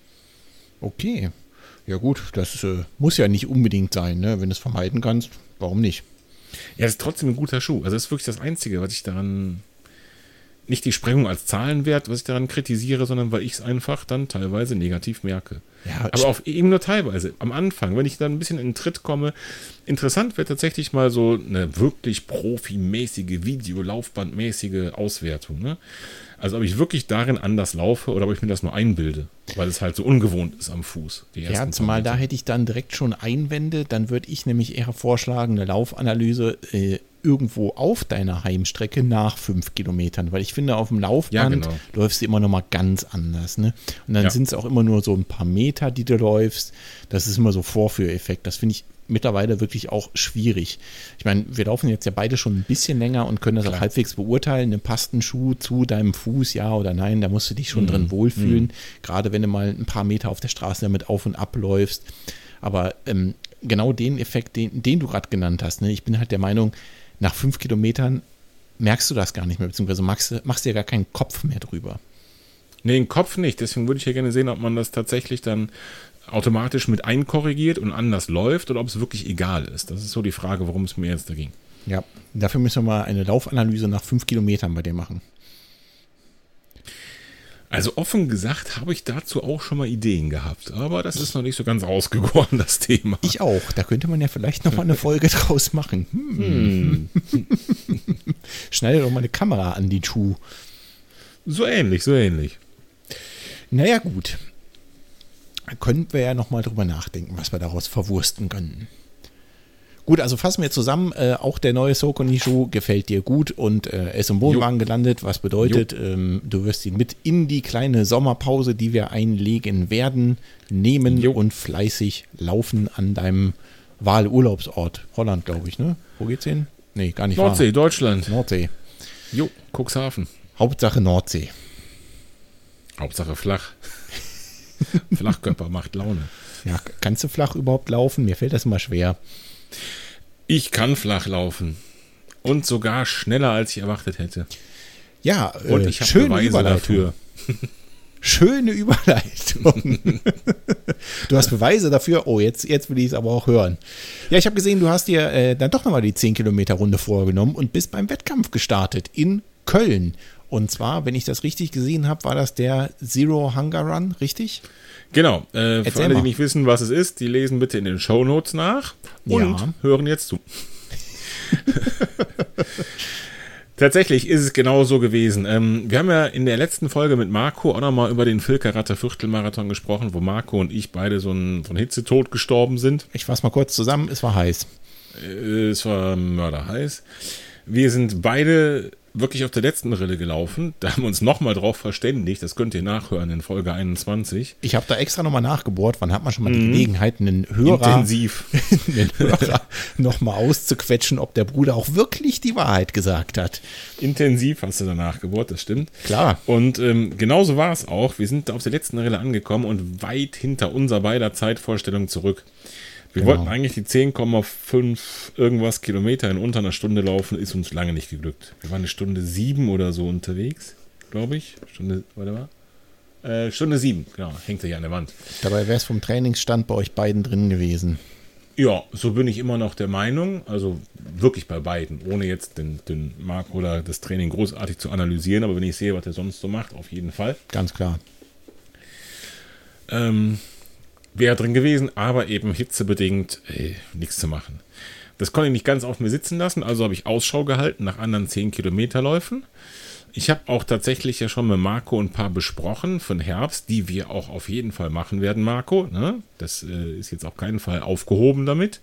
Okay. Ja gut, das äh, muss ja nicht unbedingt sein, ne? Wenn du es vermeiden kannst, warum nicht? Ja, das ist trotzdem ein guter Schuh. Also das ist wirklich das Einzige, was ich daran, nicht die Sprengung als Zahlenwert, was ich daran kritisiere, sondern weil ich es einfach dann teilweise negativ merke. Ja, Aber auf eben nur teilweise. Am Anfang, wenn ich dann ein bisschen in den Tritt komme, interessant wäre tatsächlich mal so eine wirklich profimäßige, Videolaufbandmäßige Auswertung. Ne? Also ob ich wirklich darin anders laufe oder ob ich mir das nur einbilde, weil es halt so ungewohnt ist am Fuß. Die Ja, ersten zumal paar da hätte ich dann direkt schon Einwände, dann würde ich nämlich eher vorschlagen, eine Laufanalyse äh, irgendwo auf deiner Heimstrecke nach fünf Kilometern, weil ich finde, auf dem Laufband Ja, genau. läufst du immer noch mal ganz anders, ne? Und dann Ja. sind es auch immer nur so ein paar Meter, die du läufst. Das ist immer so Vorführeffekt. Das finde ich mittlerweile wirklich auch schwierig. Ich meine, wir laufen jetzt ja beide schon ein bisschen länger und können das auch Klar. halbwegs beurteilen. Passt ein Schuh zu deinem Fuß, ja oder nein? Da musst du dich Mhm. schon drin wohlfühlen. Gerade wenn du mal ein paar Meter auf der Straße damit auf und ab läufst. Aber ähm, genau den Effekt, den, den du gerade genannt hast, ne? Ich bin halt der Meinung, nach fünf Kilometern merkst du das gar nicht mehr, beziehungsweise machst, du- machst dir gar keinen Kopf mehr drüber. Nee, den Kopf nicht. Deswegen würde ich ja gerne sehen, ob man das tatsächlich dann automatisch mit einkorrigiert und anders läuft oder ob es wirklich egal ist. Das ist so die Frage, worum es mir jetzt da ging. Ja, dafür müssen wir mal eine Laufanalyse nach fünf Kilometern bei dir machen. Also offen gesagt habe ich dazu auch schon mal Ideen gehabt, aber das ist noch nicht so ganz ausgegoren, das Thema. Ich auch. Da könnte man ja vielleicht noch mal eine Folge draus machen. Hm. Schneide doch mal eine Kamera an die Schuh. So ähnlich, so ähnlich. Naja, gut. Da könnten wir ja noch mal drüber nachdenken, was wir daraus verwursten können. Gut, also fassen wir zusammen, äh, auch der neue Saucony-Schuh gefällt dir gut und äh, er ist im Wohnwagen gelandet, was bedeutet, ähm, du wirst ihn mit in die kleine Sommerpause, die wir einlegen werden, nehmen Jo. und fleißig laufen an deinem Wahlurlaubsort. Holland, glaube ich, ne? Wo geht's hin? Nee, gar nicht wahr. Nordsee, Deutschland. Nordsee. Jo, Cuxhaven. Hauptsache Nordsee. Hauptsache flach. Flachkörper macht Laune. Ja, kannst du flach überhaupt laufen? Mir fällt das immer schwer. Ich kann flach laufen. Und sogar schneller, als ich erwartet hätte. Ja, äh, und ich habe schöne Beweise Überleitung. dafür. Schöne Überleitung. Du hast Beweise dafür. Oh, jetzt, jetzt will ich es aber auch hören. Ja, ich habe gesehen, du hast dir äh, dann doch nochmal die zehn Kilometer Runde vorgenommen und bist beim Wettkampf gestartet in Köln. Und zwar, wenn ich das richtig gesehen habe, war das der Zero Hunger Run, richtig? Genau. Äh, für alle, mal. die nicht wissen, was es ist, die lesen bitte in den Shownotes nach und Ja. hören jetzt zu. Tatsächlich ist es genau so gewesen. Ähm, wir haben ja in der letzten Folge mit Marco auch nochmal über den Vilkeratter Viertelmarathon gesprochen, wo Marco und ich beide so ein, von Hitzetod gestorben sind. Ich fasse mal kurz zusammen, es war heiß. Äh, es war mörderheiß. Wir sind beide wirklich auf der letzten Rille gelaufen. Da haben wir uns nochmal drauf verständigt. Das könnt ihr nachhören in Folge einundzwanzig. Ich habe da extra nochmal nachgebohrt. Wann hat man schon mal die Gelegenheit, einen Hörer, Intensiv. einen Hörer nochmal auszuquetschen, ob der Bruder auch wirklich die Wahrheit gesagt hat? Intensiv hast du danach gebohrt, das stimmt. Klar. Und ähm, genauso war es auch. Wir sind auf der letzten Rille angekommen und weit hinter unser beider Zeitvorstellung zurück. Wir Genau. wollten eigentlich die zehn Komma fünf irgendwas Kilometer in unter einer Stunde laufen, ist uns lange nicht geglückt. Wir waren eine Stunde sieben oder so unterwegs, glaube ich. Stunde, warte mal. Äh, Stunde sieben, genau, hängt ja hier an der Wand. Dabei wäre es vom Trainingsstand bei euch beiden drin gewesen. Ja, so bin ich immer noch der Meinung, also wirklich bei beiden, ohne jetzt den, den Marc oder das Training großartig zu analysieren, aber wenn ich sehe, was er sonst so macht, auf jeden Fall. Ganz klar. Ähm, wäre drin gewesen, aber eben hitzebedingt ey, nichts zu machen. Das konnte ich nicht ganz auf mir sitzen lassen, also habe ich Ausschau gehalten nach anderen zehn Kilometer Läufen. Ich habe auch tatsächlich ja schon mit Marco ein paar besprochen von Herbst, die wir auch auf jeden Fall machen werden, Marco. Ne? Das äh, ist jetzt auf keinen Fall aufgehoben damit.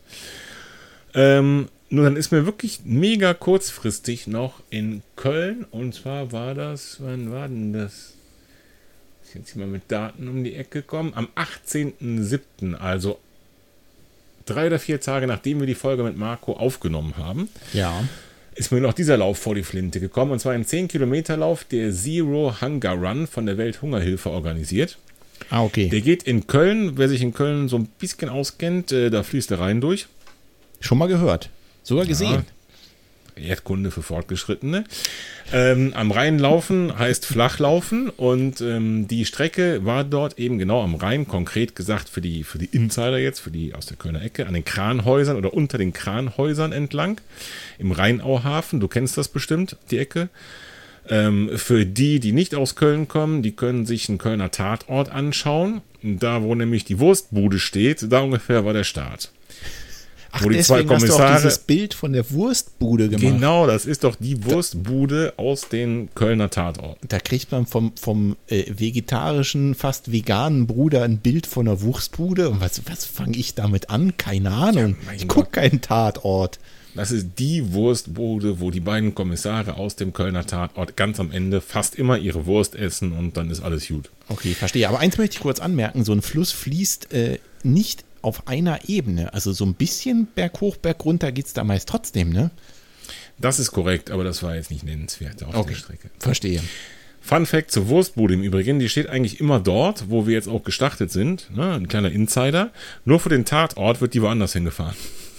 Ähm, nur dann ist mir wirklich mega kurzfristig noch in Köln, und zwar war das, wann war denn das? Jetzt hier mal mit Daten um die Ecke kommen. Am achtzehnten siebten, also drei oder vier Tage nachdem wir die Folge mit Marco aufgenommen haben, Ja. ist mir noch dieser Lauf vor die Flinte gekommen. Und zwar ein zehn Kilometer Lauf, der Zero Hunger Run von der Welthungerhilfe organisiert. Ah, okay. Der geht in Köln, wer sich in Köln so ein bisschen auskennt, äh, da fließt der Rhein durch. Schon mal gehört. Sogar gesehen. Erdkunde für Fortgeschrittene. Ähm, am Rhein laufen heißt Flachlaufen und ähm, die Strecke war dort eben genau am Rhein, konkret gesagt für die, für die Insider jetzt, für die aus der Kölner Ecke, an den Kranhäusern oder unter den Kranhäusern entlang, im Rheinauhafen, du kennst das bestimmt, die Ecke. Ähm, für die, die nicht aus Köln kommen, die können sich einen Kölner Tatort anschauen. Da, wo nämlich die Wurstbude steht, da ungefähr war der Start. Ach, wo die zwei deswegen hast du auch Kommissare- dieses Bild von der Wurstbude gemacht. Genau, das ist doch die Wurstbude aus den Kölner Tatorten. Da kriegt man vom, vom äh, vegetarischen, fast veganen Bruder ein Bild von einer Wurstbude. Und was, was fange ich damit an? Keine Ahnung. Ja, mein ich gucke Gott. keinen Tatort. Das ist die Wurstbude, wo die beiden Kommissare aus dem Kölner Tatort ganz am Ende fast immer ihre Wurst essen und dann ist alles gut. Okay, verstehe. Aber eins möchte ich kurz anmerken. So ein Fluss fließt äh, nicht auf einer Ebene. Also so ein bisschen berghoch, bergunter geht es da meist trotzdem, ne? Das ist korrekt, aber das war jetzt nicht nennenswert auf Okay. der Strecke. Verstehe. Fun Fact zur Wurstbude im Übrigen, die steht eigentlich immer dort, wo wir jetzt auch gestartet sind. Ne? Ein kleiner Insider. Nur für den Tatort wird die woanders hingefahren.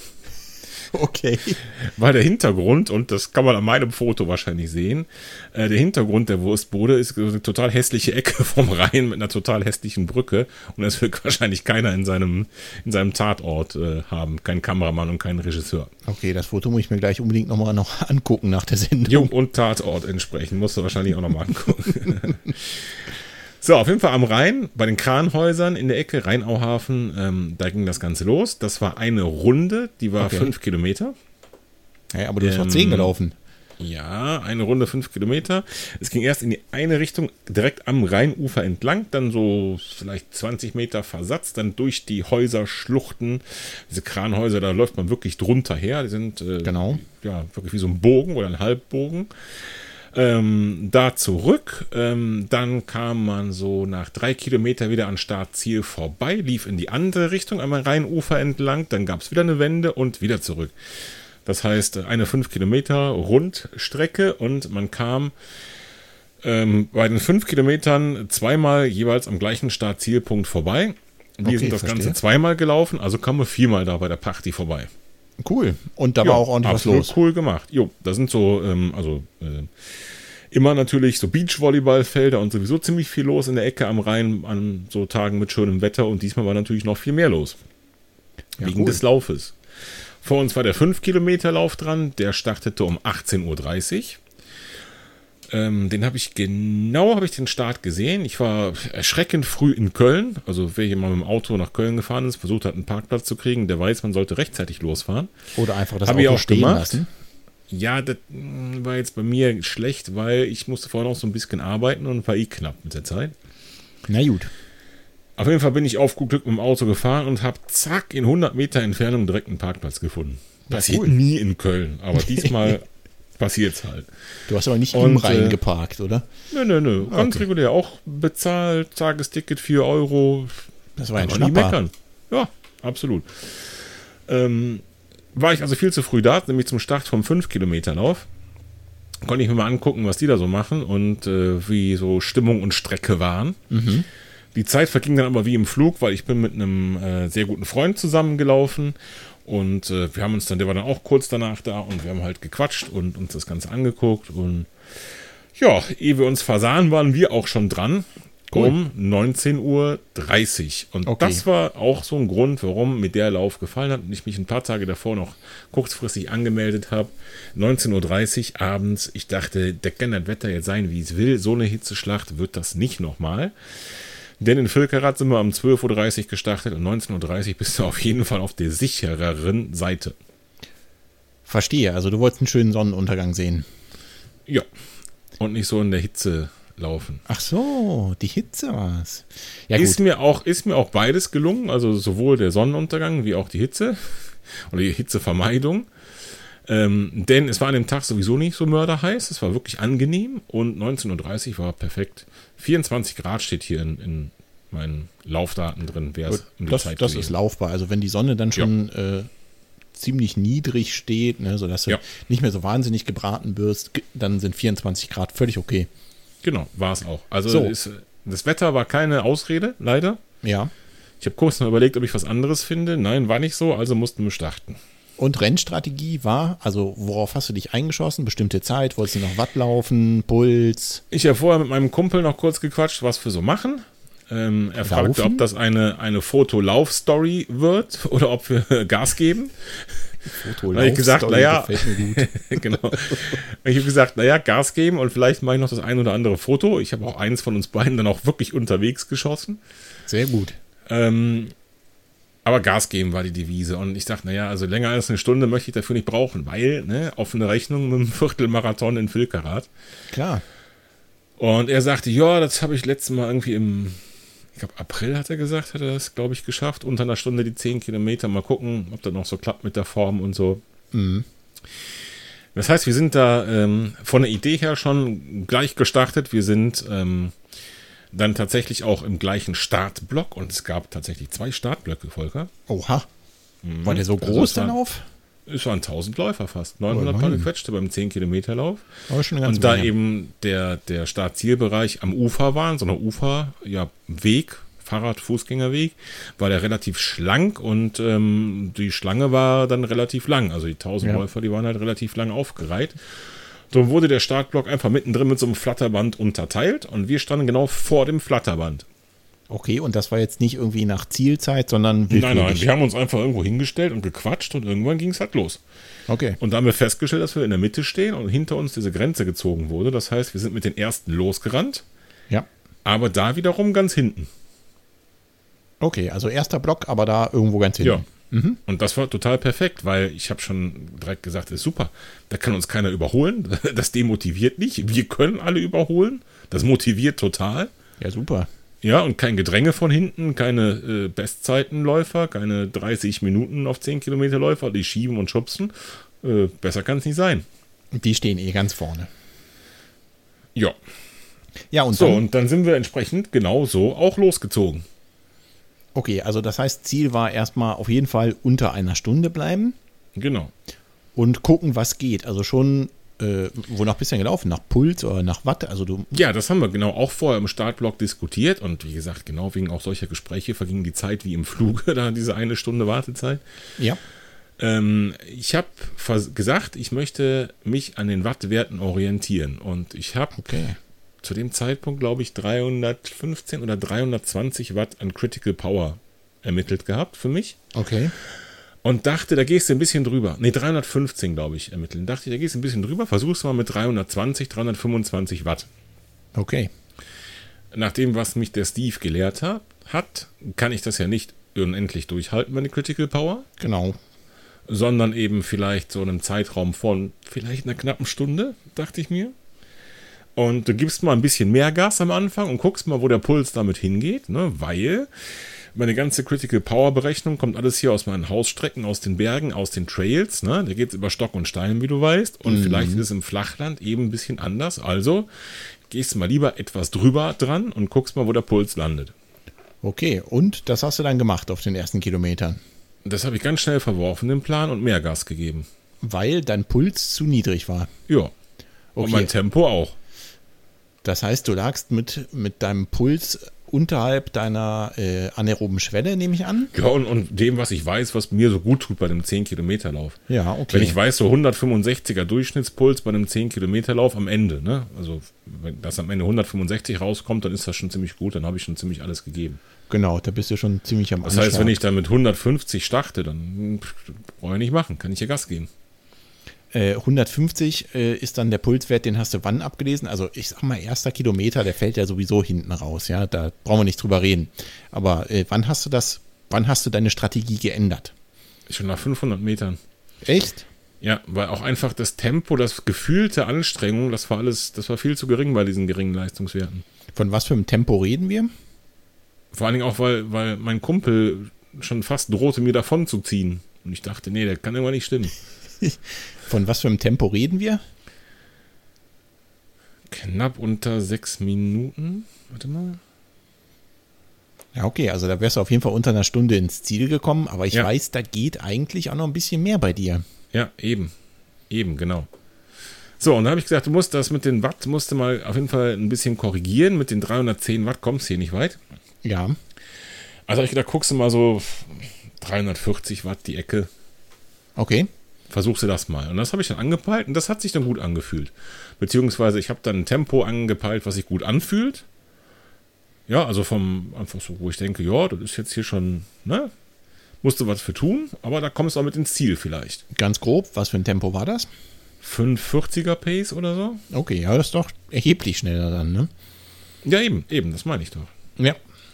Okay. Weil der Hintergrund, und das kann man an meinem Foto wahrscheinlich sehen, äh, der Hintergrund der Wurstbude ist eine total hässliche Ecke vom Rhein mit einer total hässlichen Brücke. Und das will wahrscheinlich keiner in seinem, in seinem Tatort äh, haben. Kein Kameramann und kein Regisseur. Okay, das Foto muss ich mir gleich unbedingt nochmal noch angucken nach der Sendung. Jung und Tatort entsprechend. Musst du wahrscheinlich auch nochmal angucken. So, auf jeden Fall am Rhein, bei den Kranhäusern in der Ecke, Rheinauhafen, ähm, da ging das Ganze los. Das war eine Runde, die war Okay. fünf Kilometer. Ja, aber du bist Ähm, noch zehn gelaufen. Ja, eine Runde fünf Kilometer. Es ging erst in die eine Richtung, direkt am Rheinufer entlang, dann so vielleicht zwanzig Meter Versatz, dann durch die Häuser, Schluchten, diese Kranhäuser, da läuft man wirklich drunter her. Die sind äh, Genau. ja wirklich wie so ein Bogen oder ein Halbbogen. Ähm, da zurück, ähm, dann kam man so nach drei Kilometer wieder an Startziel vorbei, lief in die andere Richtung am Rheinufer entlang, dann gab es wieder eine Wende und wieder zurück. Das heißt, eine fünf Kilometer Rundstrecke und man kam ähm, bei den fünf Kilometern zweimal jeweils am gleichen Startzielpunkt vorbei. Wir Okay, sind das verstehe. Ganze zweimal gelaufen, also kamen wir viermal da bei der Party vorbei. Cool. Und da Ja, war auch ordentlich was absolut los. cool gemacht. Jo, da sind so, ähm, also äh, immer natürlich so Beachvolleyballfelder und sowieso ziemlich viel los in der Ecke am Rhein an so Tagen mit schönem Wetter und diesmal war natürlich noch viel mehr los. Ja, wegen cool. des Laufes. Vor uns war der fünf Kilometer Lauf dran, der startete um achtzehn Uhr dreißig. Ähm, den habe ich genau, habe ich den Start gesehen. Ich war erschreckend früh in Köln. Also wer jemand mit dem Auto nach Köln gefahren ist, versucht hat, einen Parkplatz zu kriegen, der weiß, man sollte rechtzeitig losfahren. Oder einfach das Hab ich Auto auch stehen gemacht. lassen. Ja, das mh, war jetzt bei mir schlecht, weil ich musste vorher noch so ein bisschen arbeiten und war eh knapp mit der Zeit. Na gut. Auf jeden Fall bin ich auf gut Glück mit dem Auto gefahren und habe zack in hundert Meter Entfernung direkt einen Parkplatz gefunden. Ja, Passiert cool. nie in Köln, aber diesmal passiert es halt. Du hast aber nicht Und, im Rhein äh, geparkt, oder? Nö, nö, nö. Ganz Okay. regulär. Auch bezahlt, Tagesticket vier Euro. Das war ein Kann man nie Schnapper. meckern. Ja, absolut. Ähm, war ich also viel zu früh da, nämlich zum Start vom fünf Kilometer Lauf. Konnte ich mir mal angucken, was die da so machen und äh, wie so Stimmung und Strecke waren. Mhm. Die Zeit verging dann aber wie im Flug, weil ich bin mit einem äh, sehr guten Freund zusammengelaufen und äh, wir haben uns dann, der war dann auch kurz danach da und wir haben halt gequatscht und uns das Ganze angeguckt und ja, ehe wir uns versahen, waren wir auch schon dran. Cool. Um neunzehn Uhr dreißig. Und Okay. das war auch so ein Grund, warum mir der Lauf gefallen hat und ich mich ein paar Tage davor noch kurzfristig angemeldet habe. neunzehn Uhr dreißig abends. Ich dachte, da kann das Wetter jetzt sein, wie es will. So eine Hitzeschlacht wird das nicht nochmal. Denn in Völkerath sind wir um zwölf Uhr dreißig gestartet und neunzehn Uhr dreißig bist du auf jeden Fall auf der sichereren Seite. Verstehe. Also du wolltest einen schönen Sonnenuntergang sehen. Ja. Und nicht so in der Hitze laufen. Ach so, die Hitze war's. Ja Ist gut. mir auch, ist mir auch beides gelungen, also sowohl der Sonnenuntergang wie auch die Hitze oder die Hitzevermeidung. Ähm, denn es war an dem Tag sowieso nicht so mörderheiß, es war wirklich angenehm und neunzehn Uhr dreißig war perfekt. vierundzwanzig Grad steht hier in, in meinen Laufdaten drin, wäre es um die Das, Zeit das gewesen. ist laufbar. Also wenn die Sonne dann schon äh, ziemlich niedrig steht, ne, sodass du Ja. nicht mehr so wahnsinnig gebraten wirst, ge- dann sind vierundzwanzig Grad völlig okay. Genau, war es auch. Also So. ist, das Wetter war keine Ausrede, leider. Ja. Ich habe kurz noch überlegt, ob ich was anderes finde. Nein, war nicht so, also mussten wir starten. Und Rennstrategie war, also worauf hast du dich eingeschossen? Bestimmte Zeit? Wolltest du noch Watt laufen? Puls? Ich habe vorher mit meinem Kumpel noch kurz gequatscht, was wir so machen. Ähm, er fragte, Laufen? ob das eine, eine Fotolauf-Story wird oder ob wir Gas geben. Foto, Habe ich gesagt, Laufstory, naja, gefällt mir gut. genau. Ich habe gesagt, naja, Gas geben und vielleicht mache ich noch das ein oder andere Foto. Ich habe auch eins von uns beiden dann auch wirklich unterwegs geschossen. Sehr gut. Ähm, aber Gas geben war die Devise. Und ich dachte, naja, also länger als eine Stunde möchte ich dafür nicht brauchen, weil, ne, offene Rechnung mit einem Viertelmarathon in Völkerath. Klar. Und er sagte, ja, das habe ich letztes Mal irgendwie im, ich glaube April hat er gesagt, hat er das, glaube ich, geschafft. Unter einer Stunde die zehn Kilometer. Mal gucken, ob das noch so klappt mit der Form und so. Mhm. Das heißt, wir sind da ähm, von der Idee her schon gleich gestartet. Wir sind ähm, dann tatsächlich auch im gleichen Startblock. Und es gab tatsächlich zwei Startblöcke, Volker. Oha. War der so Also groß, es der war- Lauf? Es waren tausend Läufer fast. neunhundert Oh, paar nein. gequetschte beim zehn Kilometer Lauf. Aber schon eine ganze Und da Menge. eben der, der Start-Zielbereich am Ufer war, so einer Ufer, ja, Weg, Fahrrad-, Fußgängerweg, war der relativ schlank und ähm, die Schlange war dann relativ lang. Also die tausend Ja. Läufer, die waren halt relativ lang aufgereiht. So wurde der Startblock einfach mittendrin mit so einem Flatterband unterteilt und wir standen genau vor dem Flatterband. Okay, und das war jetzt nicht irgendwie nach Zielzeit, sondern Nein, nein, willkürlich. wir haben uns einfach irgendwo hingestellt und gequatscht und irgendwann ging es halt los. Okay. Und da haben wir festgestellt, dass wir in der Mitte stehen und hinter uns diese Grenze gezogen wurde. Das heißt, wir sind mit den ersten losgerannt, Ja. aber da wiederum ganz hinten. Okay, also erster Block, aber da irgendwo ganz hinten. Ja. Und das war total perfekt, weil ich habe schon direkt gesagt, das ist super. Da kann uns keiner überholen. Das demotiviert nicht. Wir können alle überholen. Das motiviert total. Ja, super. Ja, und kein Gedränge von hinten, keine äh, Bestzeitenläufer, keine dreißig Minuten auf zehn Kilometer Läufer, die schieben und schubsen. Äh, besser kann es nicht sein. Die stehen eh ganz vorne. Ja. Ja, und So, dann, und dann sind wir entsprechend genau so auch losgezogen. okay, also das heißt, Ziel war erstmal auf jeden Fall unter einer Stunde bleiben Genau. und gucken, was geht. Also schon, äh, wonach bist du denn gelaufen? Nach Puls oder nach Watt? Also du, Ja, das haben wir genau auch vorher im Startblock diskutiert und wie gesagt, genau wegen auch solcher Gespräche verging die Zeit wie im Fluge, da diese eine Stunde Wartezeit. ja, Ähm, ich habe gesagt, ich möchte mich an den Wattwerten orientieren. Und ich habe Okay. zu dem Zeitpunkt, glaube ich, dreihundertfünfzehn oder dreihundertzwanzig Watt an Critical Power ermittelt gehabt für mich. Okay. Und dachte, da gehst du ein bisschen drüber. Ne, dreihundertfünfzehn, glaube ich, ermitteln. Dachte ich, da gehst du ein bisschen drüber. Versuch's mal mit dreihundertzwanzig, dreihundertfünfundzwanzig Watt. Okay. Nach dem, was mich der Steve gelehrt hat, hat, kann ich das ja nicht unendlich durchhalten, meine Critical Power, Genau. sondern eben vielleicht so einem Zeitraum von vielleicht einer knappen Stunde, dachte ich mir. Und du gibst mal ein bisschen mehr Gas am Anfang und guckst mal, wo der Puls damit hingeht, ne? Weil meine ganze Critical Power Berechnung kommt alles hier aus meinen Hausstrecken, aus den Bergen, aus den Trails, ne? Da geht es über Stock und Stein, wie du weißt. Und mhm. vielleicht ist es im Flachland eben ein bisschen anders. Also gehst du mal lieber etwas drüber dran und guckst mal, wo der Puls landet. Okay, und das hast du dann gemacht auf den ersten Kilometern? Das habe ich ganz schnell verworfen, den Plan, und mehr Gas gegeben. Weil dein Puls zu niedrig war? Ja. Okay. Und mein Tempo auch. Das heißt, du lagst mit, mit deinem Puls unterhalb deiner äh, anaeroben Schwelle, nehme ich an? Ja, und, und dem, was ich weiß, was mir so gut tut bei dem zehn Kilometer Lauf. Ja, okay. Wenn ich weiß, so hundertfünfundsechziger Durchschnittspuls bei einem zehn Kilometer Lauf am Ende, ne? Also wenn das am Ende hundertfünfundsechzig rauskommt, dann ist das schon ziemlich gut, dann habe ich schon ziemlich alles gegeben. Genau, da bist du schon ziemlich am Das Anschlag. heißt, wenn ich da mit hundertfünfzig starte, dann brauche ich nicht machen, kann ich ja Gas geben. Äh, hundertfünfzig äh, ist dann der Pulswert, den hast du wann abgelesen? Also ich sag mal, erster Kilometer, der fällt ja sowieso hinten raus, ja, da brauchen wir nicht drüber reden. Aber äh, wann hast du das, wann hast du deine Strategie geändert? Schon nach fünfhundert Metern. Echt? Ja, weil auch einfach das Tempo, das gefühlte Anstrengung, das war alles, das war viel zu gering bei diesen geringen Leistungswerten. Von was für einem Tempo reden wir? Vor allen Dingen auch, weil, weil mein Kumpel schon fast drohte, mir davon zu ziehen. Und ich dachte, nee, der kann irgendwann nicht stimmen. Von was für einem Tempo reden wir? Knapp unter sechs Minuten. Warte mal. Ja, okay, also da wärst du auf jeden Fall unter einer Stunde ins Ziel gekommen, aber ich Ja. weiß, da geht eigentlich auch noch ein bisschen mehr bei dir. Ja, eben. Eben, genau. So, und dann habe ich gesagt, du musst das mit den Watt, musst du mal auf jeden Fall ein bisschen korrigieren. Mit den dreihundertzehn Watt kommst du hier nicht weit. Ja. Also habe ich gedacht, guckst du mal so dreihundertvierzig Watt die Ecke. Okay. Versuchst du das mal. Und das habe ich dann angepeilt und das hat sich dann gut angefühlt. Beziehungsweise ich habe dann ein Tempo angepeilt, was sich gut anfühlt. Ja, also vom, einfach so, wo ich denke, ja, das ist jetzt hier schon, ne, musst du was für tun, aber da kommst du auch mit ins Ziel vielleicht. Ganz grob, was für ein Tempo war das? fünfundvierziger Pace oder so? Okay, ja, das ist doch erheblich schneller dann, ne? Ja, eben, eben, das meine ich doch. Ja.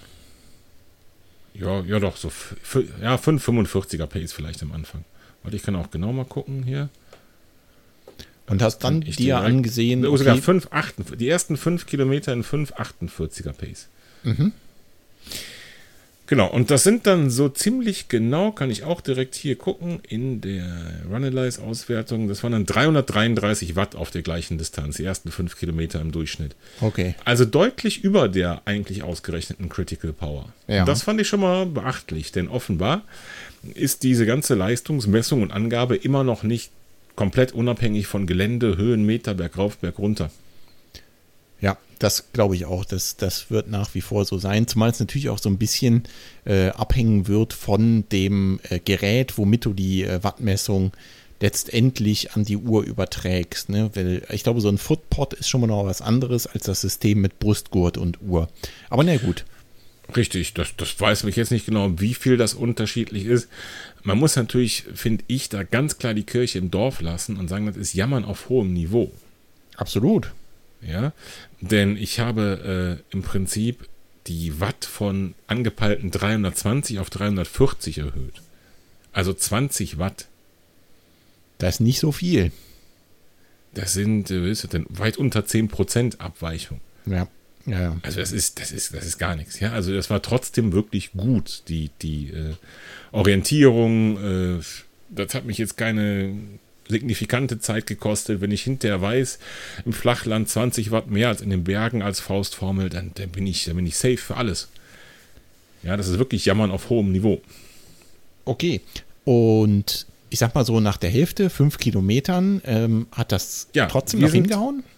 Ja, ja doch, so, f- f- ja, fünf fünfundvierziger Pace vielleicht am Anfang. Warte, ich kann auch genau mal gucken hier. Und hast dann Ich dir direkt- angesehen, Oh, sogar okay, fünf achtundvierzig, die ersten fünf Kilometer in fünf achtundvierziger Pace. Mhm. Genau, und das sind dann so ziemlich genau, kann ich auch direkt hier gucken, in der Runalyze-Auswertung, das waren dann dreihundertdreiunddreißig Watt auf der gleichen Distanz, die ersten fünf Kilometer im Durchschnitt. okay. Also deutlich über der eigentlich ausgerechneten Critical Power. Ja. Und das fand ich schon mal beachtlich, denn offenbar ist diese ganze Leistungsmessung und Angabe immer noch nicht komplett unabhängig von Gelände, Höhenmeter, bergauf, bergunter. Ja, das glaube ich auch. Das, das wird nach wie vor so sein, zumal es natürlich auch so ein bisschen äh, abhängen wird von dem äh, Gerät, womit du die äh, Wattmessung letztendlich an die Uhr überträgst. Ne? Weil ich glaube, so ein Footpod ist schon mal noch was anderes als das System mit Brustgurt und Uhr. Aber na gut. Richtig, das, das weiß ich jetzt nicht genau, wie viel das unterschiedlich ist. Man muss natürlich, finde ich, da ganz klar die Kirche im Dorf lassen und sagen, das ist Jammern auf hohem Niveau. Absolut. Ja, denn ich habe äh, im Prinzip die Watt von angepeilten dreihundertzwanzig auf dreihundertvierzig erhöht. Also zwanzig Watt. Das ist nicht so viel. Das sind, äh, was ist das denn, weit unter zehn Prozent Abweichung. Ja, ja, ja. Also das ist, das ist, das ist gar nichts. Ja, also das war trotzdem wirklich gut. Die, die äh, Orientierung, äh, das hat mich jetzt keine signifikante Zeit gekostet. Wenn ich hinterher weiß, im Flachland zwanzig Watt mehr als in den Bergen als Faustformel, dann, dann bin ich, dann bin ich safe für alles. Ja, das ist wirklich Jammern auf hohem Niveau. Okay. Und ich sag mal so, nach der Hälfte, fünf Kilometern, ähm, hat das Ja, trotzdem wir noch sind- hingehauen?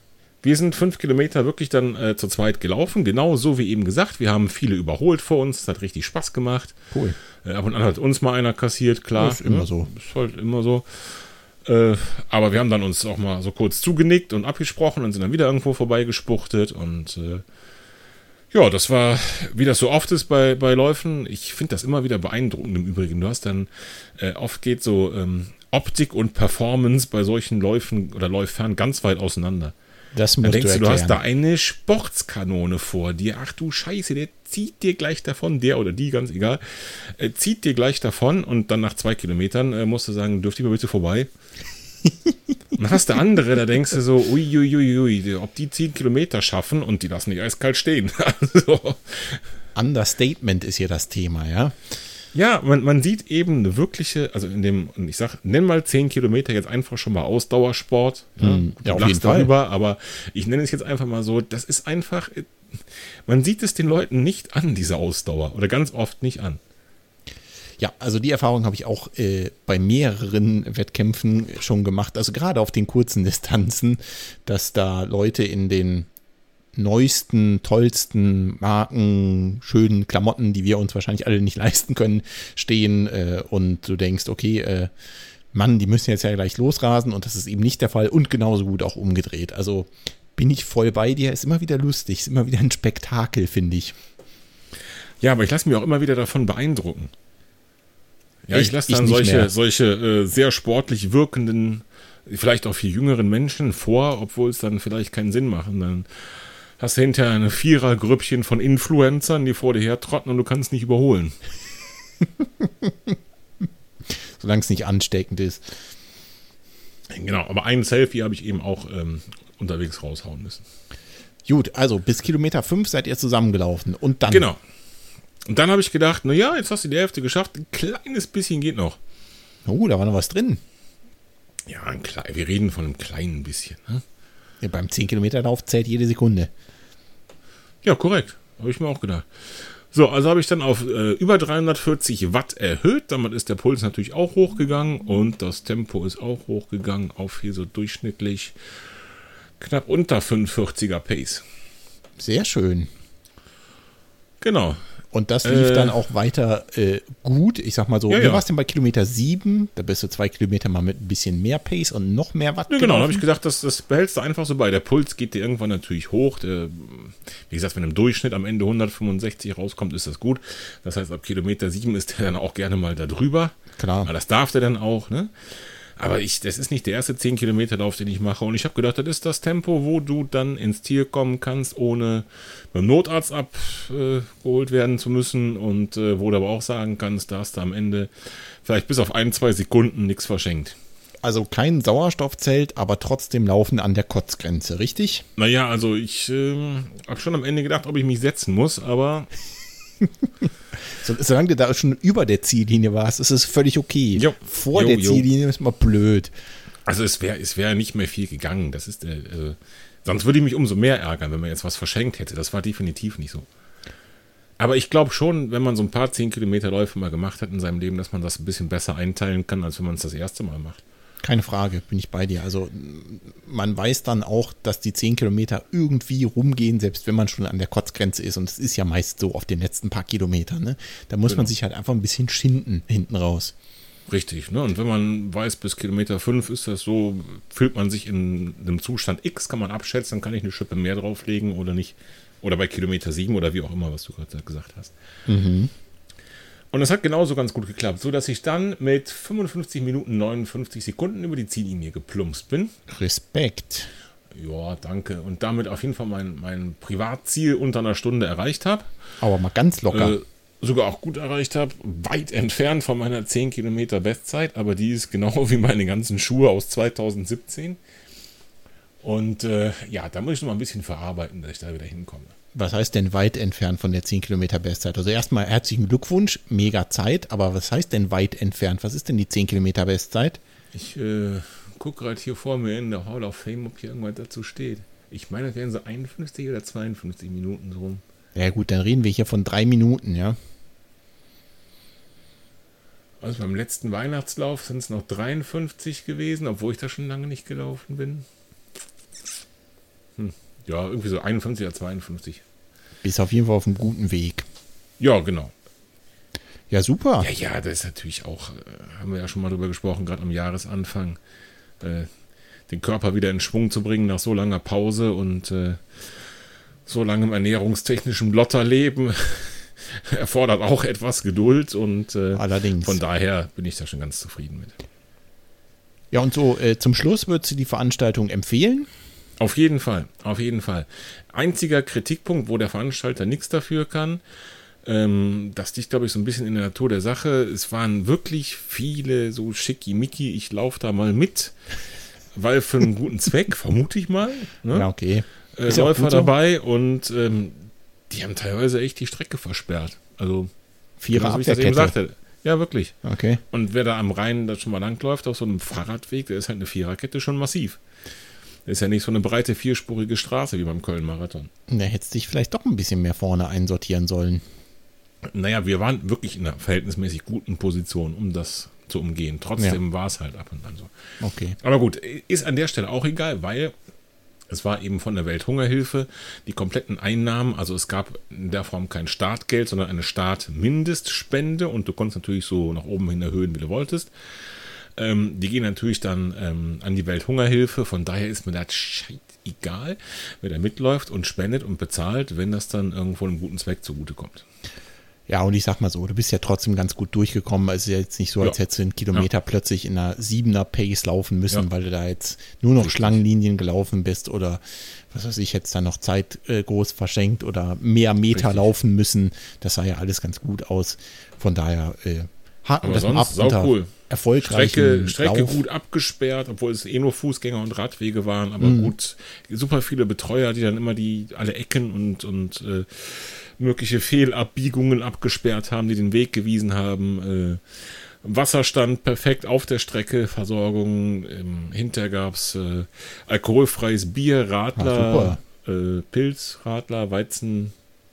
wir sind fünf Kilometer wirklich dann äh, zu zweit gelaufen, genau so wie eben gesagt. Wir haben viele überholt vor uns, es hat richtig Spaß gemacht. Cool. Äh, ab und an hat uns mal einer kassiert, klar. Das ist immer ne? so. Ist halt immer so. Äh, aber wir haben dann uns auch mal so kurz zugenickt und abgesprochen und sind dann wieder irgendwo vorbeigespuchtet und äh, ja, das war, wie das so oft ist bei, bei Läufen. Ich finde das immer wieder beeindruckend im Übrigen. Du hast dann, äh, oft geht so ähm, Optik und Performance bei solchen Läufen oder Läufern ganz weit auseinander. Das Dann musst denkst du du, du hast erklären. da eine Sportskanone vor dir. Ach du Scheiße, der zieht dir gleich davon, der oder die, ganz egal, äh, zieht dir gleich davon und dann nach zwei Kilometern äh, musst du sagen, dürft ihr mal bitte vorbei. Und dann hast du andere, da denkst du so, uiuiuiui, ui, ui, ob die zehn Kilometer schaffen und die lassen dich eiskalt stehen. Also, Understatement ist hier das Thema, ja. ja, man, man sieht eben eine wirkliche, also in dem, ich sag, nenn mal zehn Kilometer jetzt einfach schon mal Ausdauersport. Ja, Mm, du ja, auf lachst jeden Fall. darüber, aber ich nenne es jetzt einfach mal so, das ist einfach, man sieht es den Leuten nicht an, diese Ausdauer, oder ganz oft nicht an. Ja, also die Erfahrung habe ich auch äh, bei mehreren Wettkämpfen schon gemacht, also gerade auf den kurzen Distanzen, dass da Leute in den neuesten, tollsten Marken, schönen Klamotten, die wir uns wahrscheinlich alle nicht leisten können, stehen äh, und du denkst, okay, äh, Mann, die müssen jetzt ja gleich losrasen und das ist eben nicht der Fall und genauso gut auch umgedreht. Also bin ich voll bei dir, ist immer wieder lustig, ist immer wieder ein Spektakel, finde ich. Ja, aber ich lasse mich auch immer wieder davon beeindrucken. Ja, ich, Ich- lasse ich dann nicht solche, mehr. solche äh, sehr sportlich wirkenden, vielleicht auch viel jüngeren Menschen vor, obwohl es dann vielleicht keinen Sinn macht. Und dann hast du hinterher eine Vierergrüppchen von Influencern, die vor dir hertrotten und du kannst nicht überholen. Solange es nicht ansteckend ist. Genau, aber ein Selfie habe ich eben auch ähm, unterwegs raushauen müssen. Gut, also bis Kilometer fünf seid ihr zusammengelaufen und dann. Genau. Und dann habe ich gedacht, na ja, jetzt hast du die Hälfte geschafft, ein kleines bisschen geht noch. Oh, da war noch was drin. Ja, ein klein, wir reden von einem kleinen bisschen. Ne? Ja, beim zehn Kilometer Lauf zählt jede Sekunde. Ja, korrekt. Habe ich mir auch gedacht. So, also habe ich dann auf äh, über dreihundertvierzig Watt erhöht. Damit ist der Puls natürlich auch hochgegangen und das Tempo ist auch hochgegangen auf hier so durchschnittlich knapp unter fünfundvierziger Pace. Sehr schön. Genau. Und das lief Äh, dann auch weiter äh, gut. Ich sag mal so, Ja, wie ja. war es denn bei Kilometer sieben? Da bist du zwei Kilometer mal mit ein bisschen mehr Pace und noch mehr Watt Ja, genau, da habe gelaufen. ich gedacht, das, das behältst du einfach so bei. Der Puls geht dir irgendwann natürlich hoch. Der, wie gesagt, wenn im Durchschnitt am Ende hundertfünfundsechzig rauskommt, ist das gut. Das heißt, ab Kilometer sieben ist der dann auch gerne mal da drüber. Klar. Aber das darf der dann auch, ne? Aber ich, das ist nicht der erste zehn Kilometer Lauf, den ich mache. Und ich habe gedacht, das ist das Tempo, wo du dann ins Ziel kommen kannst, ohne beim Notarzt abgeholt äh, werden zu müssen. Und äh, wo du aber auch sagen kannst, da hast du am Ende vielleicht bis auf ein, zwei Sekunden nichts verschenkt. Also kein Sauerstoffzelt, aber trotzdem laufen an der Kotzgrenze, richtig? Naja, also ich äh, habe schon am Ende gedacht, ob ich mich setzen muss, aber So, solange du da schon über der Ziellinie warst, ist es völlig okay. Jo. Vor Jo, der jo. Ziellinie ist mal blöd. also es wäre es wär nicht mehr viel gegangen. Das ist, äh, äh, sonst würde ich mich umso mehr ärgern, wenn man jetzt was verschenkt hätte. Das war definitiv nicht so. Aber ich glaube schon, wenn man so ein paar zehn Kilometer Läufe mal gemacht hat in seinem Leben, dass man das ein bisschen besser einteilen kann, als wenn man es das erste Mal macht. Keine Frage, bin ich bei dir. Also man weiß dann auch, dass die zehn Kilometer irgendwie rumgehen, selbst wenn man schon an der Kotzgrenze ist. Und es ist ja meist so auf den letzten paar Kilometern. Ne? Da muss Genau. man sich halt einfach ein bisschen schinden hinten raus. Richtig, ne? Und wenn man weiß, bis Kilometer fünf ist das so, fühlt man sich in einem Zustand X, kann man abschätzen, kann ich eine Schippe mehr drauflegen oder nicht. Oder bei Kilometer sieben oder wie auch immer, was du gerade gesagt hast. Mhm. Und es hat genauso ganz gut geklappt, so dass ich dann mit fünfundfünfzig Minuten neunundfünfzig Sekunden über die Ziellinie geplumpst bin. Respekt. Ja, danke. Und damit auf jeden Fall mein, mein Privatziel unter einer Stunde erreicht habe. Aber mal ganz locker. Äh, sogar auch gut erreicht habe. Weit entfernt von meiner zehn Kilometer Bestzeit, aber die ist genau wie meine ganzen Schuhe aus zweitausendsiebzehn. Und äh, ja, da muss ich noch mal ein bisschen verarbeiten, dass ich da wieder hinkomme. Was heißt denn weit entfernt von der zehn Kilometer Bestzeit? Also erstmal herzlichen Glückwunsch, mega Zeit. Aber was heißt denn weit entfernt? Was ist denn die zehn Kilometer Bestzeit? Ich äh, gucke gerade hier vor mir in der Hall of Fame, ob hier irgendwas dazu steht. Ich meine, das wären so einundfünfzig oder zweiundfünfzig Minuten so rum. Ja gut, dann reden wir hier von drei Minuten, ja. Also beim letzten Weihnachtslauf sind es noch dreiundfünfzig gewesen, obwohl ich da schon lange nicht gelaufen bin. hm, ja, irgendwie so einundfünfzig oder zweiundfünfzig. Bist auf jeden Fall auf einem guten Weg. Ja, genau. Ja, super. Ja, ja, das ist natürlich auch, äh, haben wir ja schon mal drüber gesprochen, gerade am Jahresanfang, äh, den Körper wieder in Schwung zu bringen nach so langer Pause und äh, so langem ernährungstechnischen Lotterleben erfordert auch etwas Geduld und äh, Allerdings. Von daher bin ich da schon ganz zufrieden mit. Ja, und so äh, zum Schluss würdest du die Veranstaltung empfehlen? Auf jeden Fall, auf jeden Fall. Einziger Kritikpunkt, wo der Veranstalter nichts dafür kann, ähm, das liegt, glaube ich, so ein bisschen in der Natur der Sache. Es waren wirklich viele so schickimicki, ich laufe da mal mit, weil für einen guten Zweck, vermute ich mal, ne? Ja, okay. äh, Ist ja auch Läufer gut so. dabei und ähm, die haben teilweise echt die Strecke versperrt. Also, Vierer so wie ich das eben Abwehrkette. sagte. Ja, wirklich. Okay. Und wer da am Rhein da schon mal langläuft, auf so einem Fahrradweg, der ist halt eine Viererkette schon massiv. Das ist ja nicht so eine breite, vierspurige Straße wie beim Köln-Marathon. Da hättest du dich vielleicht doch ein bisschen mehr vorne einsortieren sollen. Naja, wir waren wirklich in einer verhältnismäßig guten Position, um das zu umgehen. Trotzdem Ja. war es halt ab und an so. Okay. Aber gut, ist an der Stelle auch egal, weil es war eben von der Welthungerhilfe die kompletten Einnahmen, also es gab in der Form kein Startgeld, sondern eine Startmindestspende und du konntest natürlich so nach oben hin erhöhen, wie du wolltest. Ähm, die gehen natürlich dann ähm, an die Welthungerhilfe, von daher ist mir das scheißegal, wer da mitläuft und spendet und bezahlt, wenn das dann irgendwo einem guten Zweck zugutekommt. Ja, und ich sag mal so, du bist ja trotzdem ganz gut durchgekommen. Es ist ja jetzt nicht so, als Ja. hättest du einen Kilometer Ja. plötzlich in einer siebener Pace laufen müssen, Ja. weil du da jetzt nur noch Richtig. Schlangenlinien gelaufen bist oder was weiß ich, hättest da noch Zeit äh, groß verschenkt oder mehr Meter Richtig. laufen müssen. Das sah ja alles ganz gut aus. Von daher äh, haken Aber das mal ab sonst sau unter cool. erfolgreichen Strecke, Strecke Lauf. gut abgesperrt, obwohl es eh nur Fußgänger und Radwege waren, aber Mhm. gut, super viele Betreuer, die dann immer die alle Ecken und, und äh, mögliche Fehlabbiegungen abgesperrt haben, die den Weg gewiesen haben. Äh, Wasserstand perfekt auf der Strecke, Versorgung, ähm, hinterher gab es äh, alkoholfreies Bier, Radler, äh, Pilz, Radler, Weizen,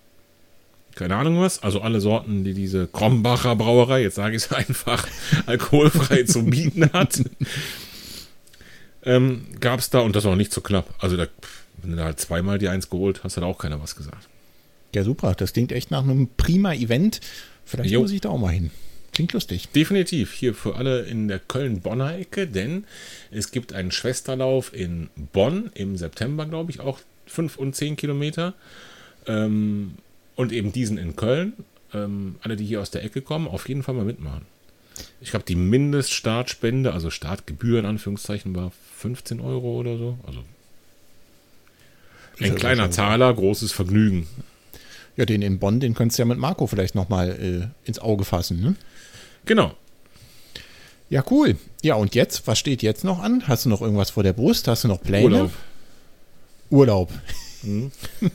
keine Ahnung was, also alle Sorten, die diese Krombacher Brauerei, jetzt sage ich es einfach, alkoholfrei zu bieten hat, ähm, gab es da und das war auch nicht so knapp. Also da, wenn du da halt zweimal die Eins geholt hast, hat auch keiner was gesagt. Ja, super. Das klingt echt nach einem prima Event. Vielleicht Jo. muss ich da auch mal hin. Klingt lustig. Definitiv hier für alle in der Köln-Bonner Ecke, denn es gibt einen Schwesterlauf in Bonn im September, glaube ich, auch fünf und zehn Kilometer. Ähm, und eben diesen in Köln. Ähm, alle, die hier aus der Ecke kommen, auf jeden Fall mal mitmachen. Ich glaube, die Mindeststartspende, also Startgebühr in Anführungszeichen, war fünfzehn Euro oder so. Also Ist ein ja kleiner wahrscheinlich- Zahler, großes Vergnügen. Ja, den in Bonn, den könntest du ja mit Marco vielleicht nochmal äh, ins Auge fassen, ne? Genau. Ja, cool. Ja, und jetzt, was steht jetzt noch an? Hast du noch irgendwas vor der Brust? Hast du noch Pläne? Urlaub. Urlaub. Mhm.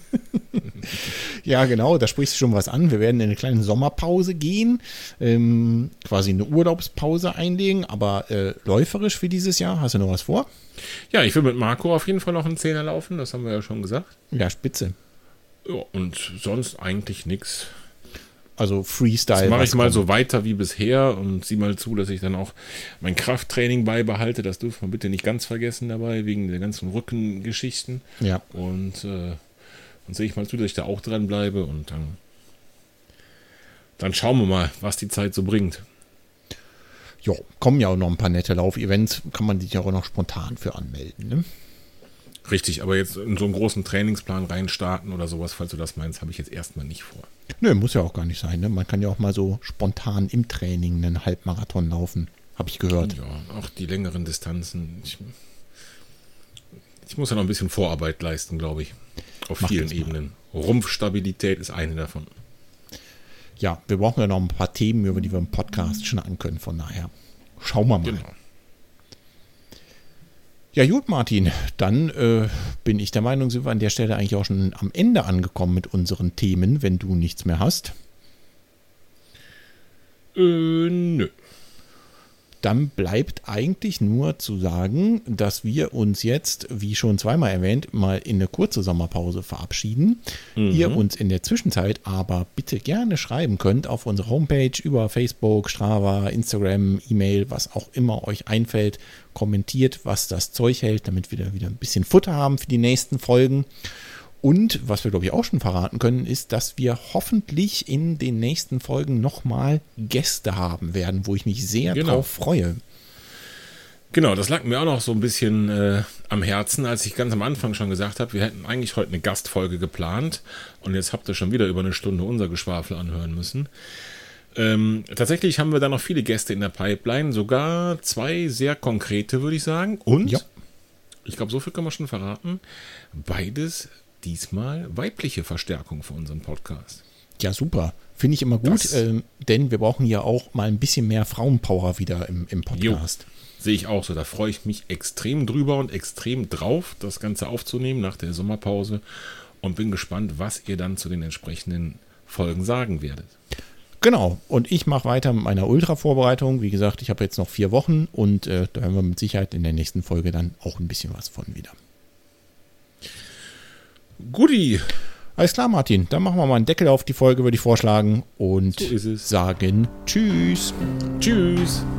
Ja, genau, da sprichst du schon was an. Wir werden in eine kleine Sommerpause gehen, ähm, quasi eine Urlaubspause einlegen, aber äh, läuferisch für dieses Jahr. Hast du noch was vor? Ja, ich will mit Marco auf jeden Fall noch einen Zehner laufen, das haben wir ja schon gesagt. Ja, spitze. Ja, und sonst eigentlich nichts. Also Freestyle. Das mache was ich mal kommt. so weiter wie bisher und sieh mal zu, dass ich dann auch mein Krafttraining beibehalte. Das dürfen wir bitte nicht ganz vergessen dabei, wegen der ganzen Rückengeschichten. Ja, Und äh, dann sehe ich mal zu, dass ich da auch dran bleibe und dann, dann schauen wir mal, was die Zeit so bringt. jo, kommen ja auch noch ein paar nette Laufevents. Kann man sich ja auch noch spontan für anmelden, ne? Richtig, aber jetzt in so einen großen Trainingsplan reinstarten oder sowas, falls du das meinst, habe ich jetzt erstmal nicht vor. Nö, muss ja auch gar nicht sein, ne? Man kann ja auch mal so spontan im Training einen Halbmarathon laufen. Habe ich gehört. Ja, auch die längeren Distanzen. Ich, ich muss ja noch ein bisschen Vorarbeit leisten, glaube ich. Auf Mach vielen das mal. Ebenen. Rumpfstabilität ist eine davon. Ja, wir brauchen ja noch ein paar Themen, über die wir im Podcast schnacken können. Von daher schauen wir mal. Genau. Ja gut, Martin, dann äh, bin ich der Meinung, sind wir an der Stelle eigentlich auch schon am Ende angekommen mit unseren Themen, wenn du nichts mehr hast. Äh, nö. dann bleibt eigentlich nur zu sagen, dass wir uns jetzt, wie schon zweimal erwähnt, mal in eine kurze Sommerpause verabschieden. Mhm. Ihr uns in der Zwischenzeit aber bitte gerne schreiben könnt auf unserer Homepage über Facebook, Strava, Instagram, E-Mail, was auch immer euch einfällt. Kommentiert, was das Zeug hält, damit wir da wieder ein bisschen Futter haben für die nächsten Folgen. Und was wir, glaube ich, auch schon verraten können, ist, dass wir hoffentlich in den nächsten Folgen nochmal Gäste haben werden, wo ich mich sehr genau. drauf freue. Genau, das lag mir auch noch so ein bisschen äh, am Herzen, als ich ganz am Anfang schon gesagt habe, wir hätten eigentlich heute eine Gastfolge geplant und jetzt habt ihr schon wieder über eine Stunde unser Geschwafel anhören müssen. Ähm, tatsächlich haben wir da noch viele Gäste in der Pipeline, sogar zwei sehr konkrete, würde ich sagen. Und, ja. ich glaube, so viel können wir schon verraten, beides diesmal weibliche Verstärkung für unseren Podcast. Ja, super. Finde ich immer gut, ähm, denn wir brauchen ja auch mal ein bisschen mehr Frauenpower wieder im, im Podcast. Jo, sehe ich auch so. Da freue ich mich extrem drüber und extrem drauf, das Ganze aufzunehmen nach der Sommerpause und bin gespannt, was ihr dann zu den entsprechenden Folgen sagen werdet. Genau, und ich mache weiter mit meiner Ultra-Vorbereitung. Wie gesagt, ich habe jetzt noch vier Wochen und äh, da haben wir mit Sicherheit in der nächsten Folge dann auch ein bisschen was von wieder. Guti. Alles klar, Martin. Dann machen wir mal einen Deckel auf die Folge, würde ich vorschlagen. Und so ist es. Sagen Tschüss. Tschüss.